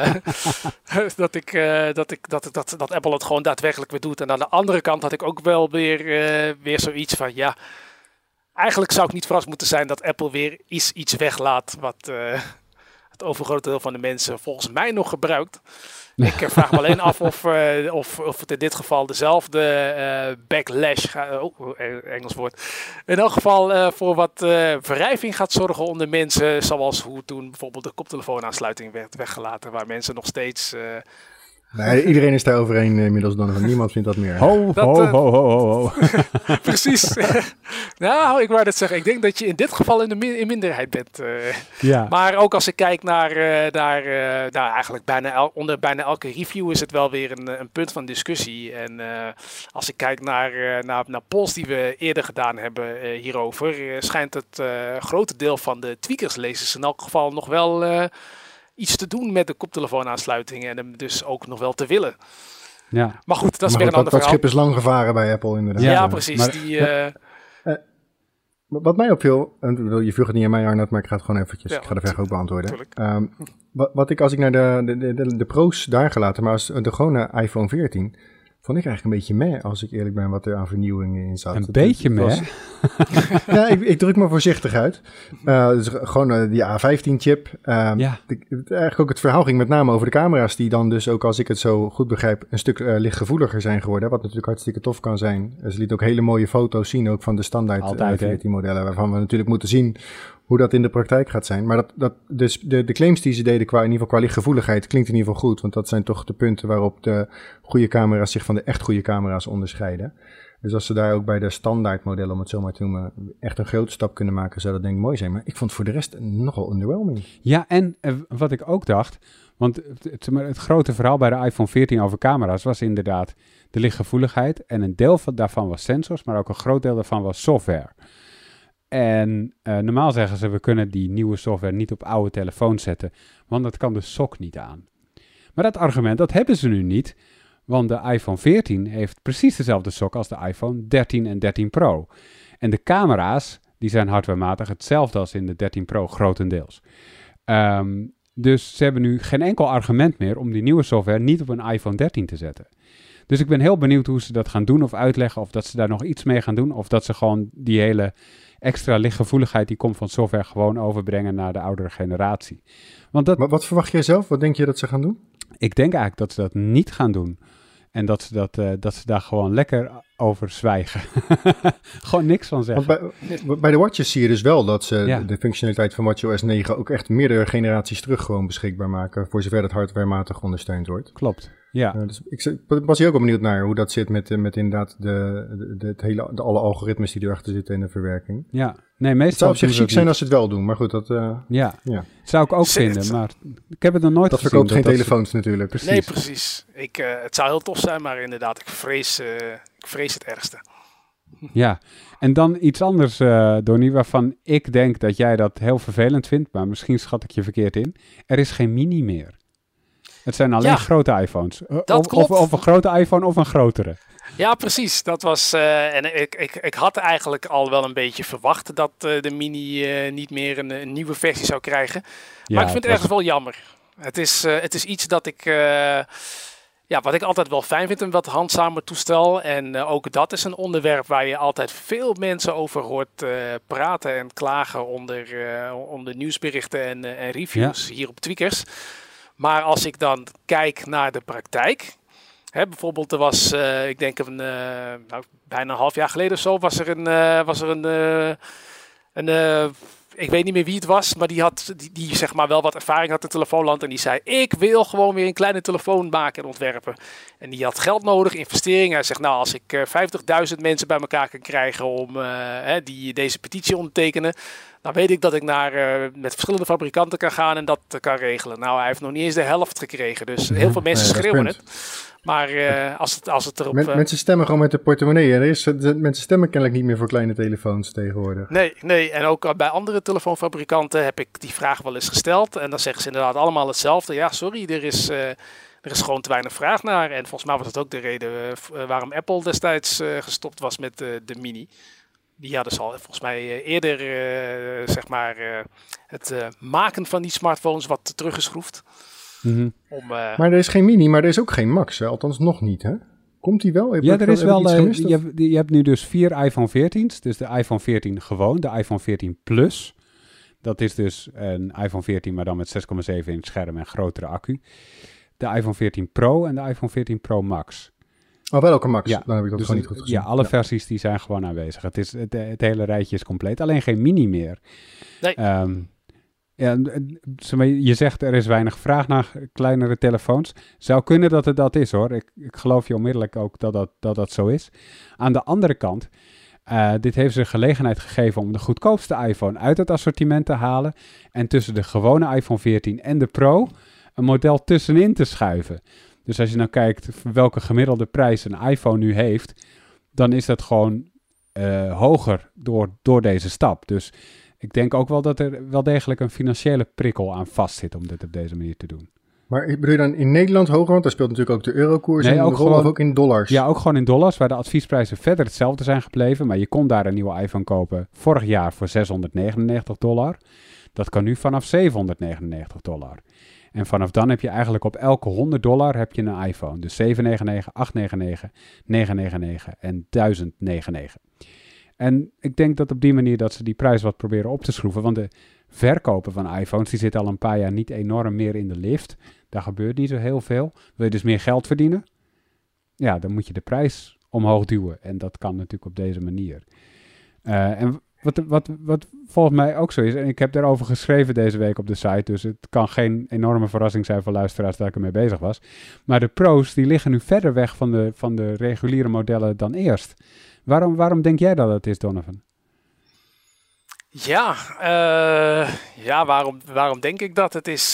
Dat Apple het gewoon daadwerkelijk weer doet. En aan de andere kant had ik ook wel weer zoiets van, ja... Eigenlijk zou ik niet verrast moeten zijn dat Apple weer iets weglaat het overgrote deel van de mensen volgens mij nog gebruikt. Ik vraag me alleen af of het in dit geval dezelfde backlash, Engels woord, in elk geval voor wat wrijving gaat zorgen onder mensen, zoals hoe toen bijvoorbeeld de koptelefoonaansluiting werd weggelaten, waar mensen nog steeds... Nee, iedereen is daar overheen inmiddels dan. Niemand vindt dat meer. Ho. Precies. Nou, ik wou dat zeggen. Ik denk dat je in dit geval in minderheid bent. Ja. Maar ook als ik kijk naar eigenlijk onder bijna elke review is het wel weer een punt van discussie. En als ik kijk naar polls die we eerder gedaan hebben hierover, schijnt het grote deel van de tweakerslezers in elk geval nog wel... iets te doen met de koptelefoonaansluiting en hem dus ook nog wel te willen. Ja. Maar goed, dat is weer een ander verhaal. Dat schip is lang gevaren bij Apple inderdaad. Ja, precies. Wat mij opviel, je vroeg het niet aan mij Arnoud, maar ik ga het gewoon eventjes, ik ga de vraag ook beantwoorden. Als ik naar de pro's daar gelaten, maar als de gewone iPhone 14... vond ik eigenlijk een beetje meh, als ik eerlijk ben, wat er aan vernieuwingen in zat. Een beetje meh? Ja, ik druk me voorzichtig uit. Dus gewoon die A15-chip. Eigenlijk ook het verhaal ging met name over de camera's, die dan dus ook, als ik het zo goed begrijp, een stuk lichtgevoeliger zijn geworden. Wat natuurlijk hartstikke tof kan zijn. Ze liet ook hele mooie foto's zien, ook van de standaard 14-modellen, waarvan we natuurlijk moeten zien hoe dat in de praktijk gaat zijn. Maar dus de claims die ze deden in ieder geval qua lichtgevoeligheid klinkt in ieder geval goed. Want dat zijn toch de punten waarop de goede camera's zich van de echt goede camera's onderscheiden. Dus als ze daar ook bij de standaardmodellen, om het zo maar te noemen, echt een grote stap kunnen maken, zou dat denk ik mooi zijn. Maar ik vond voor de rest nogal underwhelming. Ja, en wat ik ook dacht, want het grote verhaal bij de iPhone 14 over camera's was inderdaad de lichtgevoeligheid. En een deel daarvan was sensors, maar ook een groot deel daarvan was software. En normaal zeggen ze, we kunnen die nieuwe software niet op oude telefoons zetten, want dat kan de SOC niet aan. Maar dat argument, dat hebben ze nu niet, want de iPhone 14 heeft precies dezelfde SOC als de iPhone 13 en 13 Pro. En de camera's, die zijn hardwarematig hetzelfde als in de 13 Pro, grotendeels. Dus ze hebben nu geen enkel argument meer om die nieuwe software niet op een iPhone 13 te zetten. Dus ik ben heel benieuwd hoe ze dat gaan doen of uitleggen, of dat ze daar nog iets mee gaan doen, of dat ze gewoon die hele extra lichtgevoeligheid die komt van software gewoon overbrengen naar de oudere generatie. Want Maar wat verwacht jij zelf? Wat denk je dat ze gaan doen? Ik denk eigenlijk dat ze dat niet gaan doen. En dat ze daar gewoon lekker over zwijgen. Gewoon niks van zeggen. Bij de watches zie je dus wel dat ze de functionaliteit van WatchOS 9 ook echt meerdere generaties terug gewoon beschikbaar maken, voor zover dat hardwarematig ondersteund wordt. Klopt, ja. Dus ik was hier ook wel benieuwd naar hoe dat zit met inderdaad alle algoritmes die erachter zitten in de verwerking. Ja, nee, meestal... Het zou op zich chic zijn als ze het wel doen, maar goed, dat... Ja, zou ik ook vinden, maar ik heb het nog nooit gezien. Dat verkoopt geen telefoons natuurlijk. Precies. Nee, precies. Het zou heel tof zijn, maar inderdaad, ik vrees het ergste. Ja, en dan iets anders, Donnie, waarvan ik denk dat jij dat heel vervelend vindt, maar misschien schat ik je verkeerd in. Er is geen mini meer. Het zijn alleen grote iPhones. Of een grote iPhone of een grotere. Ja, precies. Dat was. En ik had eigenlijk al wel een beetje verwacht dat de mini niet meer een nieuwe versie zou krijgen. Maar ik vind het ergens wel jammer. Het is iets dat ik. Wat ik altijd wel fijn vind, een wat handzamer toestel. En ook dat is een onderwerp waar je altijd veel mensen over hoort praten en klagen onder nieuwsberichten en reviews hier op Tweakers. Maar als ik dan kijk naar de praktijk, bijvoorbeeld er was, ik denk bijna een half jaar geleden of zo, was er een ik weet niet meer wie het was, maar die zeg maar wel wat ervaring had in telefoonland en die zei, ik wil gewoon weer een kleine telefoon maken en ontwerpen. En die had geld nodig, investeringen. Hij zegt, nou, als ik 50.000 mensen bij elkaar kan krijgen om deze petitie ondertekenen, dan weet ik dat ik met verschillende fabrikanten kan gaan en dat kan regelen. Nou, hij heeft nog niet eens de helft gekregen, dus heel veel mensen schreeuwen het. Maar als het erop... Mensen stemmen gewoon met de portemonnee. Mensen stemmen kennelijk niet meer voor kleine telefoons tegenwoordig. Nee. En ook bij andere telefoonfabrikanten heb ik die vraag wel eens gesteld. En dan zeggen ze inderdaad allemaal hetzelfde. Ja, sorry, er is gewoon te weinig vraag naar. En volgens mij was dat ook de reden waarom Apple destijds gestopt was met de Mini. Die hadden ze al volgens mij eerder het maken van die smartphones wat teruggeschroefd. Mm-hmm. Maar er is geen Mini, maar er is ook geen Max, hè? Althans nog niet, hè? Komt die wel? Er is wel. Je hebt nu dus 4 iPhone 14's. Dus de iPhone 14 gewoon, de iPhone 14 Plus, Dat is dus een iPhone 14, maar dan met 6,7 inch scherm en grotere accu. De iPhone 14 Pro en de iPhone 14 Pro Max. Oh, welke Max? Ja, Dan heb ik dat dus gewoon niet goed gezien. Ja, alle versies die zijn gewoon aanwezig. Het hele rijtje is compleet. Alleen geen mini meer. Nee. Je zegt er is weinig vraag naar kleinere telefoons. Zou kunnen dat het dat is hoor. Ik geloof je onmiddellijk ook dat zo is. Aan de andere kant, dit heeft ze gelegenheid gegeven om de goedkoopste iPhone uit het assortiment te halen. En tussen de gewone iPhone 14 en de Pro een model tussenin te schuiven. Dus als je nou kijkt welke gemiddelde prijs een iPhone nu heeft, dan is dat gewoon hoger door deze stap. Dus ik denk ook wel dat er wel degelijk een financiële prikkel aan vastzit om dit op deze manier te doen. Maar bedoel je dan in Nederland hoger? Want daar speelt natuurlijk ook de eurokoers in de rol, of ook in dollars? Ja, ook gewoon in dollars, waar de adviesprijzen verder hetzelfde zijn gebleven. Maar je kon daar een nieuwe iPhone kopen vorig jaar voor $699. Dat kan nu vanaf $799. En vanaf dan heb je eigenlijk op elke $100 heb je een iPhone. Dus $799, $899, $999 en $1099. En ik denk dat op die manier dat ze die prijs wat proberen op te schroeven. Want de verkopen van iPhones, die zitten al een paar jaar niet enorm meer in de lift. Daar gebeurt niet zo heel veel. Wil je dus meer geld verdienen? Ja, dan moet je de prijs omhoog duwen. En dat kan natuurlijk op deze manier. En wat volgens mij ook zo is, en ik heb daarover geschreven deze week op de site, dus het kan geen enorme verrassing zijn voor luisteraars dat ik ermee bezig was. Maar de Pro's, die liggen nu verder weg van de reguliere modellen dan eerst. Waarom denk jij dat het is, Donovan? Ja, waarom denk ik dat? Het is...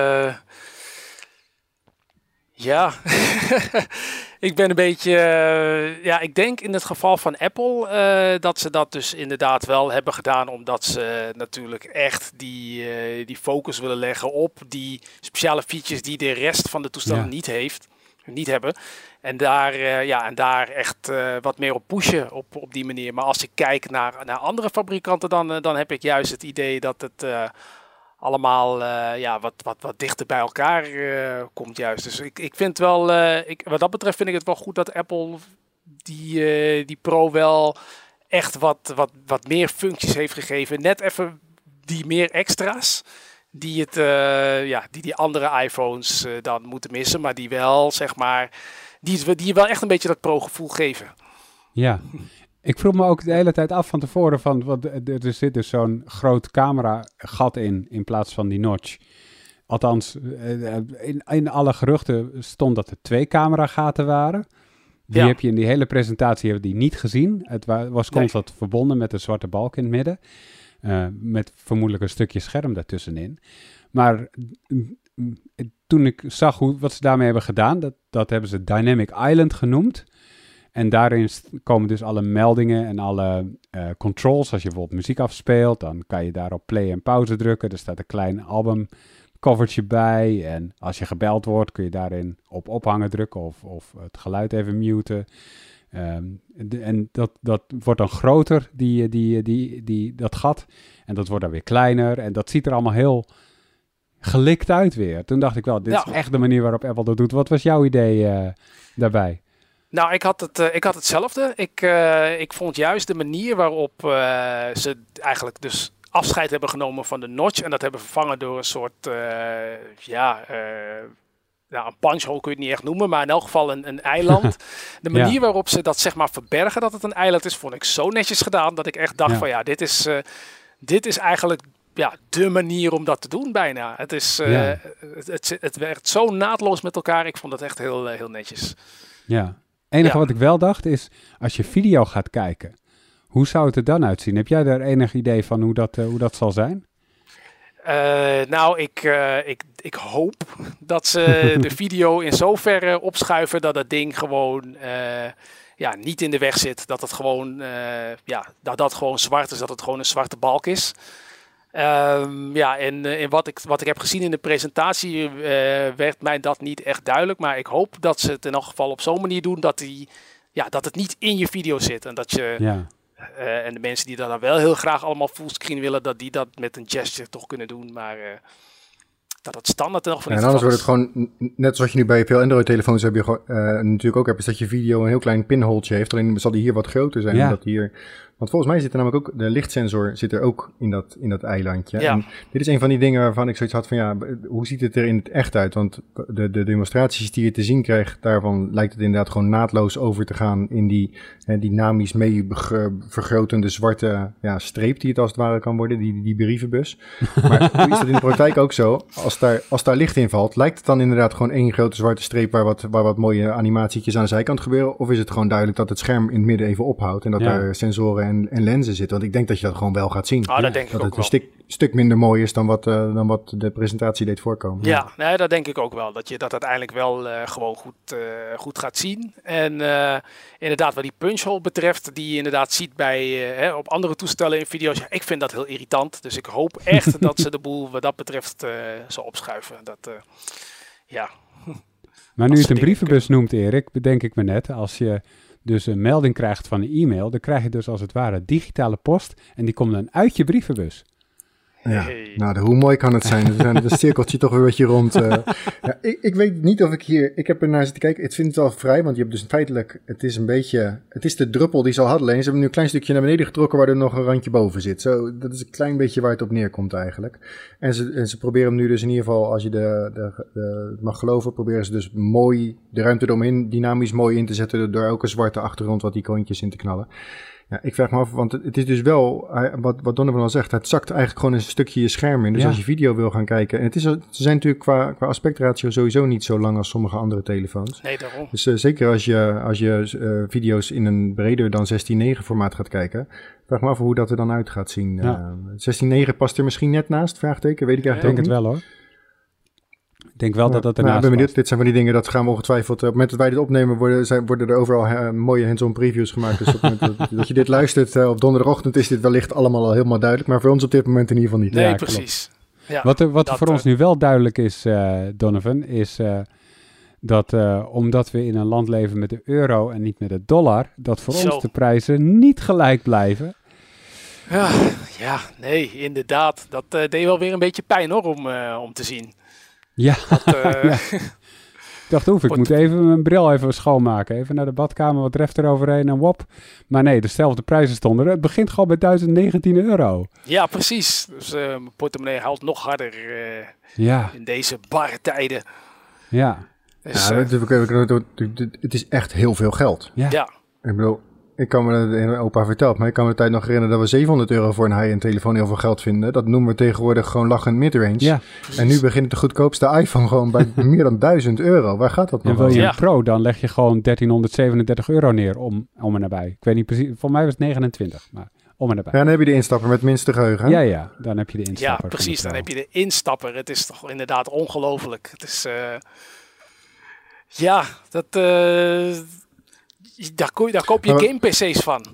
ik ben een beetje... ik denk in het geval van Apple dat ze dat dus inderdaad wel hebben gedaan, omdat ze natuurlijk echt die focus willen leggen op die speciale features die de rest van de toestellen niet hebben. En daar echt wat meer op pushen op die manier. Maar als ik kijk naar andere fabrikanten, dan heb ik juist het idee dat het allemaal wat dichter bij elkaar komt juist. Dus ik vind wel, wat dat betreft vind ik het wel goed dat Apple die Pro wel echt wat meer functies heeft gegeven. Net even die meer extra's die die andere iPhones dan moeten missen, maar die wel, zeg maar, die wel echt een beetje dat pro-gevoel geven. Ja, ik vroeg me ook de hele tijd af van tevoren want er zit dus zo'n groot cameragat in plaats van die notch. Althans, in alle geruchten stond dat er 2 cameragaten waren. Die heb je in die hele presentatie niet gezien. Het was constant verbonden met een zwarte balk in het midden. Met vermoedelijk een stukje scherm daartussenin. Maar toen ik zag wat ze daarmee hebben gedaan, dat hebben ze Dynamic Island genoemd. En daarin komen dus alle meldingen en alle controls. Als je bijvoorbeeld muziek afspeelt, dan kan je daar op play en pauze drukken. Er staat een klein albumcovertje bij. En als je gebeld wordt, kun je daarin op ophangen drukken of het geluid even muten. En dat wordt dan groter, dat gat. En dat wordt dan weer kleiner. En dat ziet er allemaal heel gelikt uit weer. Toen dacht ik wel, dit is echt de manier waarop Apple dat doet. Wat was jouw idee daarbij? Nou, ik had hetzelfde. Ik vond juist de manier waarop ze eigenlijk dus afscheid hebben genomen van de notch en dat hebben vervangen door een soort, een punchhole kun je het niet echt noemen, maar in elk geval een eiland. De manier waarop ze dat zeg maar verbergen dat het een eiland is, vond ik zo netjes gedaan dat ik echt dacht van dit is eigenlijk de manier om dat te doen bijna. Het is, het werkt zo naadloos met elkaar. Ik vond het echt heel, heel netjes. Ja. Het enige wat ik wel dacht is, als je video gaat kijken, hoe zou het er dan uitzien? Heb jij daar enig idee van hoe dat zal zijn? Ik hoop dat ze de video in zoverre opschuiven dat het ding gewoon niet in de weg zit. Dat het gewoon, dat gewoon zwart is, dat het gewoon een zwarte balk is. En wat ik heb gezien in de presentatie werd mij dat niet echt duidelijk. Maar ik hoop dat ze het in elk geval op zo'n manier doen dat het niet in je video zit. En dat je en de mensen die dat dan wel heel graag allemaal fullscreen willen, dat die dat met een gesture toch kunnen doen. Maar dat het standaard nog van en anders wordt het gewoon, net zoals je nu bij veel Android-telefoons heb je natuurlijk ook hebt, is dat je video een heel klein pinholtje heeft. Alleen zal die hier wat groter zijn, omdat hier Want volgens mij zit er namelijk ook, de lichtsensor zit er ook in dat eilandje. Ja. En dit is een van die dingen waarvan ik zoiets had van, ja, hoe ziet het er in het echt uit? Want de demonstraties die je te zien kreeg, daarvan lijkt het inderdaad gewoon naadloos over te gaan in die dynamisch mee vergrotende zwarte streep die het als het ware kan worden, die brievenbus. Maar hoe is dat in de praktijk ook zo? Als daar licht in valt, lijkt het dan inderdaad gewoon één grote zwarte streep waar wat mooie animatietjes aan de zijkant gebeuren? Of is het gewoon duidelijk dat het scherm in het midden even ophoudt en dat er sensoren en lenzen zitten? Want ik denk dat je dat gewoon wel gaat zien. Dat denk ik dat ook het wel. een stuk minder mooi is dan wat de presentatie deed voorkomen. Ja, nee, dat denk ik ook wel. Dat je dat uiteindelijk wel gewoon goed gaat zien. En inderdaad, wat die punchhole betreft, die je inderdaad ziet op andere toestellen in video's. Ja, ik vind dat heel irritant. Dus ik hoop echt dat ze de boel wat dat betreft zal opschuiven. Maar nu je het een brievenbus noemt, Erik, bedenk ik me net, als je dus een melding krijgt van een e-mail, dan krijg je dus als het ware digitale post en die komt dan uit je brievenbus. Ja, Hey. nou, hoe mooi kan het zijn? Dan cirkelt je toch weer een beetje rond. Ik weet niet of ik heb er naar zitten kijken. Ik vind het wel vrij, want je hebt dus feitelijk, het is de druppel die ze al hadden. Alleen ze hebben nu een klein stukje naar beneden getrokken waar er nog een randje boven zit. Zo, dat is een klein beetje waar het op neerkomt eigenlijk. En ze proberen hem nu dus in ieder geval, als je de mag geloven, proberen ze dus mooi de ruimte eromheen dynamisch mooi in te zetten door elke zwarte achtergrond wat icoontjes in te knallen. Ja, ik vraag me af, want het is dus wel, wat Donovan al zegt, het zakt eigenlijk gewoon een stukje je scherm in. Dus als je video wil gaan kijken, en ze zijn natuurlijk qua aspectratio sowieso niet zo lang als sommige andere telefoons. Nee, daarom. Dus zeker als je video's in een breder dan 16:9 formaat gaat kijken, vraag me af hoe dat er dan uit gaat zien. Ja. 16:9 past er misschien net naast, vraagteken, weet ik eigenlijk Ik denk ook het niet. wel hoor. Ik denk wel dat dat ernaast Ik ben benieuwd. past. Dit zijn van die dingen, dat gaan we ongetwijfeld, op het moment dat wij dit opnemen, worden er overal mooie hands-on previews gemaakt. Dus op het moment dat je dit luistert op donderdagochtend is dit wellicht allemaal al helemaal duidelijk. Maar voor ons op dit moment in ieder geval niet. Nee, Ja, precies. Ja, Wat er voor ons nu wel duidelijk is, Donovan, is dat omdat we in een land leven met de euro en niet met de dollar, dat voor ons de prijzen niet gelijk blijven. Nee, inderdaad. Dat deed wel weer een beetje pijn hoor, om te zien. Ja. Ja. Ik dacht, ik moet even mijn bril even schoonmaken. Even naar de badkamer, wat reft er overheen en wop. Maar nee, dezelfde prijzen stonden er. Het begint gewoon bij €1019. Ja, precies. Dus mijn portemonnee haalt nog harder in deze barre tijden. Ja. Dus, het is echt heel veel geld. Ja. Ik bedoel, ik kan me, opa verteld, maar ik kan me de tijd nog herinneren dat we €700 voor een high-end telefoon heel veel geld vinden. Dat noemen we tegenwoordig gewoon lachend midrange. Ja, en nu begint de goedkoopste iPhone gewoon bij meer dan €1000. Waar gaat dat nog? En wil je een Pro, dan leg je gewoon €1337 neer om en nabij. Ik weet niet precies, voor mij was het 29, maar om en nabij. Ja, dan heb je de instapper met minste geheugen. Ja, dan heb je de instapper. Ja, precies, dan heb je de instapper. Het is toch inderdaad ongelooflijk. Het is, daar koop je game-PC's van.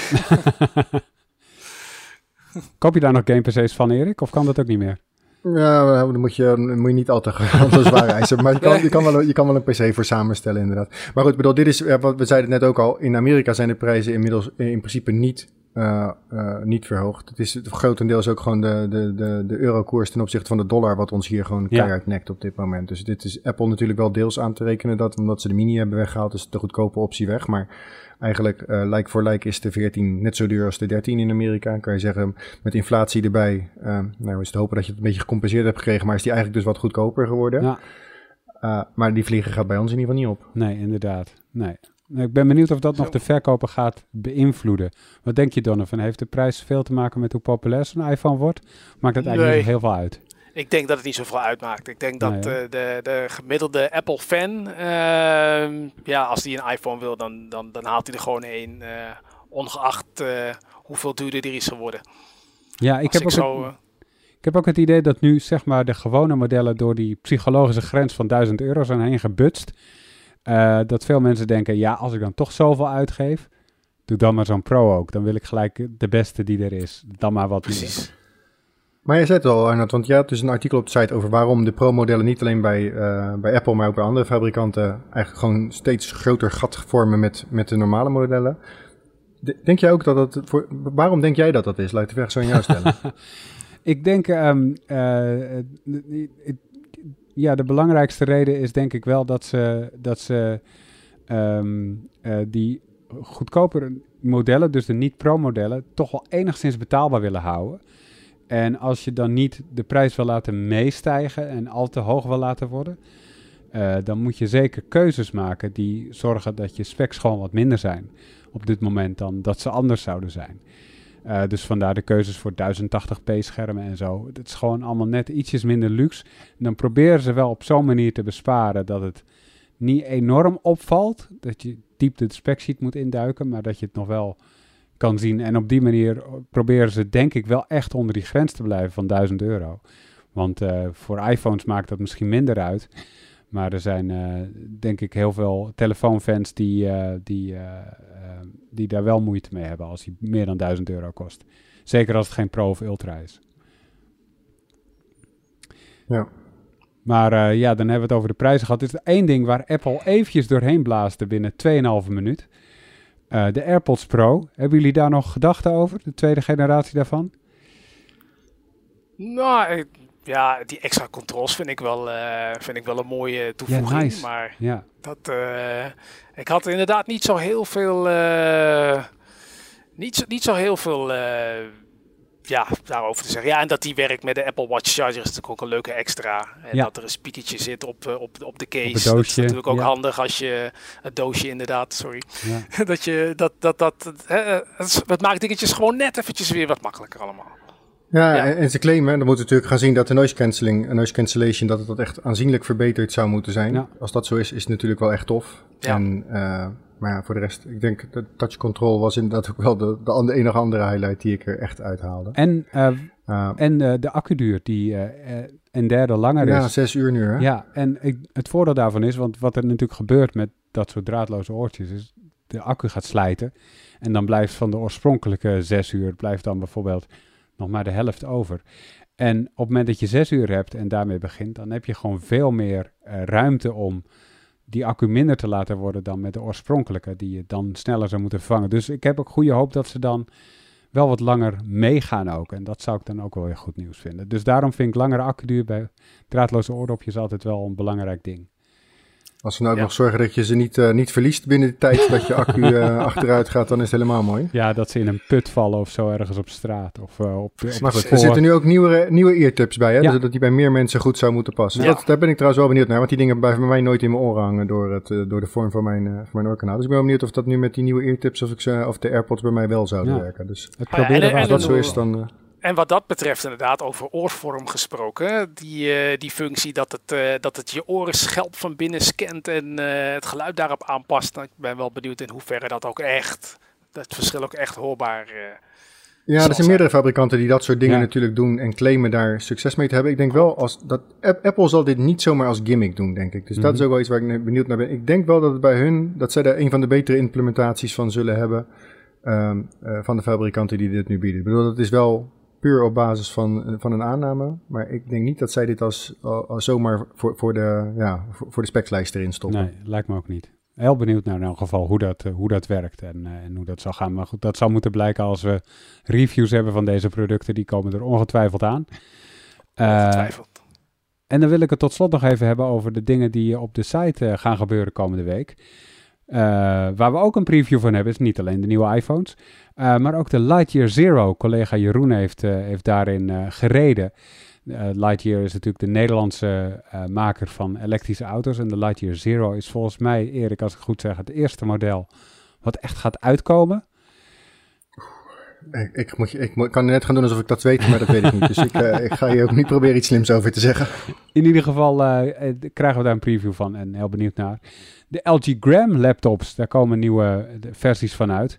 Koop je daar nog game-PC's van, Erik? Of kan dat ook niet meer? Ja, dan moet je niet al te zwaar reizen. Maar je kan wel een PC voor samenstellen, inderdaad. Maar goed, bedoel, dit is wat we zeiden net ook al. In Amerika zijn de prijzen inmiddels in principe niet verhoogd. Het is grotendeels ook gewoon de eurokoers ten opzichte van de dollar, wat ons hier gewoon keihard nekt op dit moment. Dus dit is Apple natuurlijk wel deels aan te rekenen, omdat ze de mini hebben weggehaald, is de goedkope optie weg. Maar eigenlijk, like voor like is de 14 net zo duur als de 13 in Amerika. Kan je zeggen, met inflatie erbij, is het hopen dat je het een beetje gecompenseerd hebt gekregen, maar is die eigenlijk dus wat goedkoper geworden. Ja. Maar die vliegen gaat bij ons in ieder geval niet op. Nee, inderdaad. Nee. Ik ben benieuwd of dat nog de verkoper gaat beïnvloeden. Wat denk je, Donovan? Heeft de prijs veel te maken met hoe populair zo'n iPhone wordt? Maakt dat eigenlijk niet heel veel uit? Ik denk dat het niet zoveel uitmaakt. Ik denk dat de gemiddelde Apple-fan, als die een iPhone wil, dan haalt hij er gewoon een, ongeacht hoeveel duurder die is geworden. Ja, ik heb ook het idee dat nu zeg maar de gewone modellen door die psychologische grens van €1000 zijn heen gebutst. Dat veel mensen denken, ja, als ik dan toch zoveel uitgeef, doe dan maar zo'n Pro ook. Dan wil ik gelijk de beste die er is. Dan maar wat meer. Maar je zei het al, Arnoud, want je had dus een artikel op de site over waarom de Pro-modellen niet alleen bij Apple, maar ook bij andere fabrikanten eigenlijk gewoon steeds groter gat vormen met de normale modellen. Denk jij ook waarom denk jij dat is? Laat ik de vraag zo aan jou stellen. Ik denk, de belangrijkste reden is denk ik wel dat ze die goedkopere modellen, dus de niet-pro-modellen, toch wel enigszins betaalbaar willen houden. En als je dan niet de prijs wil laten meestijgen en al te hoog wil laten worden, dan moet je zeker keuzes maken die zorgen dat je specs gewoon wat minder zijn op dit moment dan dat ze anders zouden zijn. Dus vandaar de keuzes voor 1080p schermen en zo. Het is gewoon allemaal net ietsjes minder luxe. En dan proberen ze wel op zo'n manier te besparen dat het niet enorm opvalt. Dat je diep de specsheet moet induiken, maar dat je het nog wel kan zien. En op die manier proberen ze denk ik wel echt onder die grens te blijven van €1000. Want voor iPhones maakt dat misschien minder uit. Maar er zijn denk ik heel veel telefoonfans die daar wel moeite mee hebben als die meer dan €1000 kost. Zeker als het geen Pro of Ultra is. Ja. Maar dan hebben we het over de prijzen gehad. Er is één ding waar Apple eventjes doorheen blaasde binnen 2,5 minuut. De AirPods Pro. Hebben jullie daar nog gedachten over? De tweede generatie daarvan? Nou, ja, die extra controls vind ik wel een mooie toevoeging. Ja, nice. Maar ja. Ik had inderdaad niet zo heel veel... niet zo heel veel... daarover te zeggen. Ja, en dat die werkt met de Apple Watch Charger is natuurlijk ook een leuke extra. En dat er een spiekertje zit op de case. Dat is natuurlijk ook handig als je het doosje inderdaad, sorry. Ja. Dat maakt dingetjes gewoon net eventjes weer wat makkelijker allemaal. Ja, en ze claimen, dan moeten we natuurlijk gaan zien dat de noise cancellation, dat het echt aanzienlijk verbeterd zou moeten zijn. Ja. Als dat zo is het natuurlijk wel echt tof. Ja. Maar ja, voor de rest, ik denk dat touch control was inderdaad ook wel de enige andere highlight die ik er echt uithaalde. En de accuduur die een derde langer is. Ja, 6 uur nu hè? Ja, en het voordeel daarvan is, want wat er natuurlijk gebeurt met dat soort draadloze oortjes is, de accu gaat slijten. En dan blijft van de oorspronkelijke 6 uur, blijft dan bijvoorbeeld nog maar de helft over. En op het moment dat je 6 uur hebt en daarmee begint, dan heb je gewoon veel meer ruimte om die accu minder te laten worden dan met de oorspronkelijke, die je dan sneller zou moeten vervangen. Dus ik heb ook goede hoop dat ze dan wel wat langer meegaan ook. En dat zou ik dan ook wel weer goed nieuws vinden. Dus daarom vind ik langere accuduur bij draadloze oordopjes altijd wel een belangrijk ding. Als we nou ook nog zorgen dat je ze niet verliest binnen de tijd dat je accu achteruit gaat, dan is het helemaal mooi. Ja, dat ze in een put vallen of zo ergens op straat. Of maar goed, er zitten nu ook nieuwe eartubs bij, hè? Ja. Dus dat die bij meer mensen goed zou moeten passen. Ja. Daar ben ik trouwens wel benieuwd naar, want die dingen blijven bij mij nooit in mijn oren hangen door de vorm van mijn oorkanaal. Dus ik ben wel benieuwd of dat nu met die nieuwe eartubs of de AirPods bij mij wel zouden werken. Dus als dat zo is, dan... En wat dat betreft inderdaad, over oorvorm gesproken, die functie dat het je oren schelp van binnen scant en het geluid daarop aanpast. Nou, ik ben wel benieuwd in hoeverre dat verschil ook echt hoorbaar Ja, er zijn meerdere fabrikanten die dat soort dingen natuurlijk doen en claimen daar succes mee te hebben. Ik denk wel, Apple zal dit niet zomaar als gimmick doen, denk ik. Dus dat is ook wel iets waar ik benieuwd naar ben. Ik denk wel dat het bij hun, dat zij daar een van de betere implementaties van zullen hebben, van de fabrikanten die dit nu bieden. Ik bedoel, dat is wel puur op basis van een aanname. Maar ik denk niet dat zij dit als zomaar voor de specslijst erin stoppen. Nee, lijkt me ook niet. Heel benieuwd naar in elk geval hoe dat werkt en hoe dat zal gaan. Maar goed, dat zal moeten blijken als we reviews hebben van deze producten. Die komen er ongetwijfeld aan. Ongetwijfeld. En dan wil ik het tot slot nog even hebben over de dingen die op de site gaan gebeuren komende week. Waar we ook een preview van hebben, is niet alleen de nieuwe iPhones, maar ook de Lightyear Zero. Collega Jeroen heeft daarin gereden. Lightyear is natuurlijk de Nederlandse maker van elektrische auto's. En de Lightyear Zero is volgens mij, Erik, als ik goed zeg, het eerste model wat echt gaat uitkomen. Ik kan net gaan doen alsof ik dat weet, maar dat weet ik niet. Dus ik ga hier ook niet proberen iets slims over te zeggen. In ieder geval krijgen we daar een preview van en heel benieuwd naar. De LG Gram laptops, daar komen nieuwe versies van uit.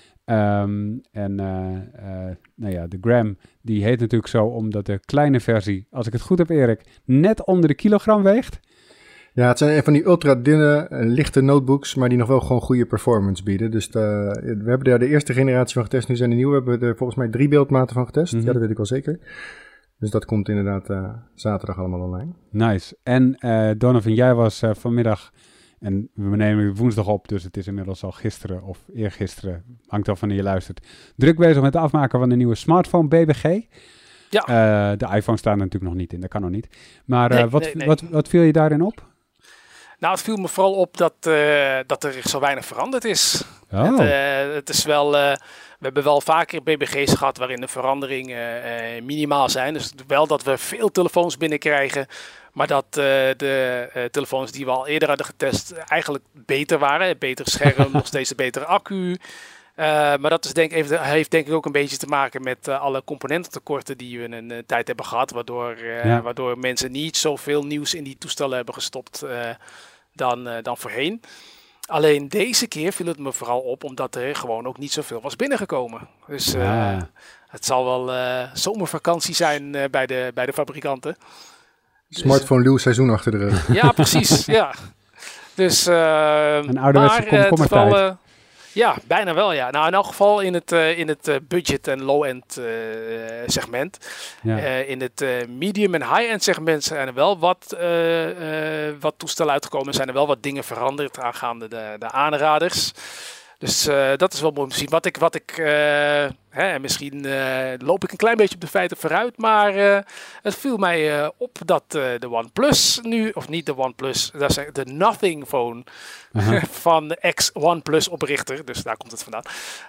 De Gram, die heet natuurlijk zo omdat de kleine versie, als ik het goed heb Erik, net onder de kilogram weegt. Ja, het zijn van die ultra dunne, lichte notebooks, maar die nog wel gewoon goede performance bieden. Dus we hebben daar de eerste generatie van getest, nu zijn de nieuwe. We hebben er volgens mij 3 beeldmaten van getest. Ja, dat weet ik wel zeker. Dus dat komt inderdaad zaterdag allemaal online. Nice. En Donovan, jij was vanmiddag, en we nemen woensdag op, dus het is inmiddels al gisteren of eergisteren, hangt af wanneer je luistert, druk bezig met het afmaken van de nieuwe smartphone BBG. Ja. De iPhone staat er natuurlijk nog niet in, dat kan nog niet. Maar wat viel je daarin op? Nou, het viel me vooral op dat er zo weinig veranderd is. Het is wel... we hebben wel vaker BBG's gehad waarin de veranderingen minimaal zijn. Dus wel dat we veel telefoons binnenkrijgen. Maar dat de telefoons die we al eerder hadden getest eigenlijk beter waren. Beter scherm, nog steeds een betere accu. Maar dat is heeft denk ik ook een beetje te maken met alle componententekorten die we een tijd hebben gehad. Waardoor mensen niet zoveel nieuws in die toestellen hebben gestopt dan voorheen. Alleen deze keer viel het me vooral op omdat er gewoon ook niet zoveel was binnengekomen. Dus het zal wel zomervakantie zijn bij de fabrikanten. Smartphone-luw seizoen achter de rug. Ja, precies. Ja. Dus, een ouderwetse komkommertijd. Ja, bijna wel, ja. Nou, in elk geval in het budget- en low-end segment. Ja. In het medium- en high-end segment zijn er wel wat toestellen uitgekomen. Zijn er wel wat dingen veranderd aangaande de aanraders. Dus dat is wel mooi om te zien. Misschien loop ik een klein beetje op de feiten vooruit. Maar het viel mij op dat de OnePlus nu, of niet de OnePlus, dat is de Nothing Phone van de ex-OnePlus oprichter. Dus daar komt het vandaan.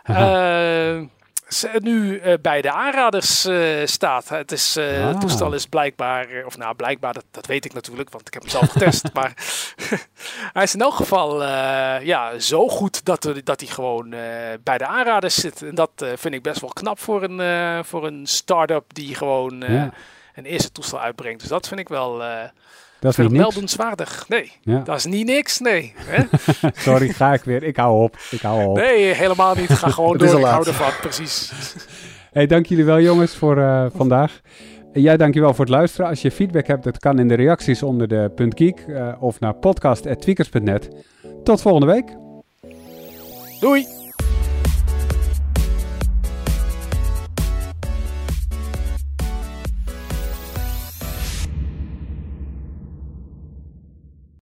Nu bij de aanraders staat. Het toestel is blijkbaar, dat weet ik natuurlijk, want ik heb hem zelf getest. Maar hij is in elk geval zo goed dat hij gewoon bij de aanraders zit. En dat vind ik best wel knap voor een start-up die gewoon een eerste toestel uitbrengt. Dus dat vind ik wel... dat is meldenswaardig. Nee, dat is niet niks. Nee. Sorry, ga ik weer. Ik hou op. Nee, helemaal niet. Ga gewoon door. Ik hou ervan. Precies. Hey, dank jullie wel, jongens, voor vandaag. Jij dankjewel voor het luisteren. Als je feedback hebt, dat kan in de reacties onder de .geek of naar podcast@tweakers.net. Tot volgende week. Doei.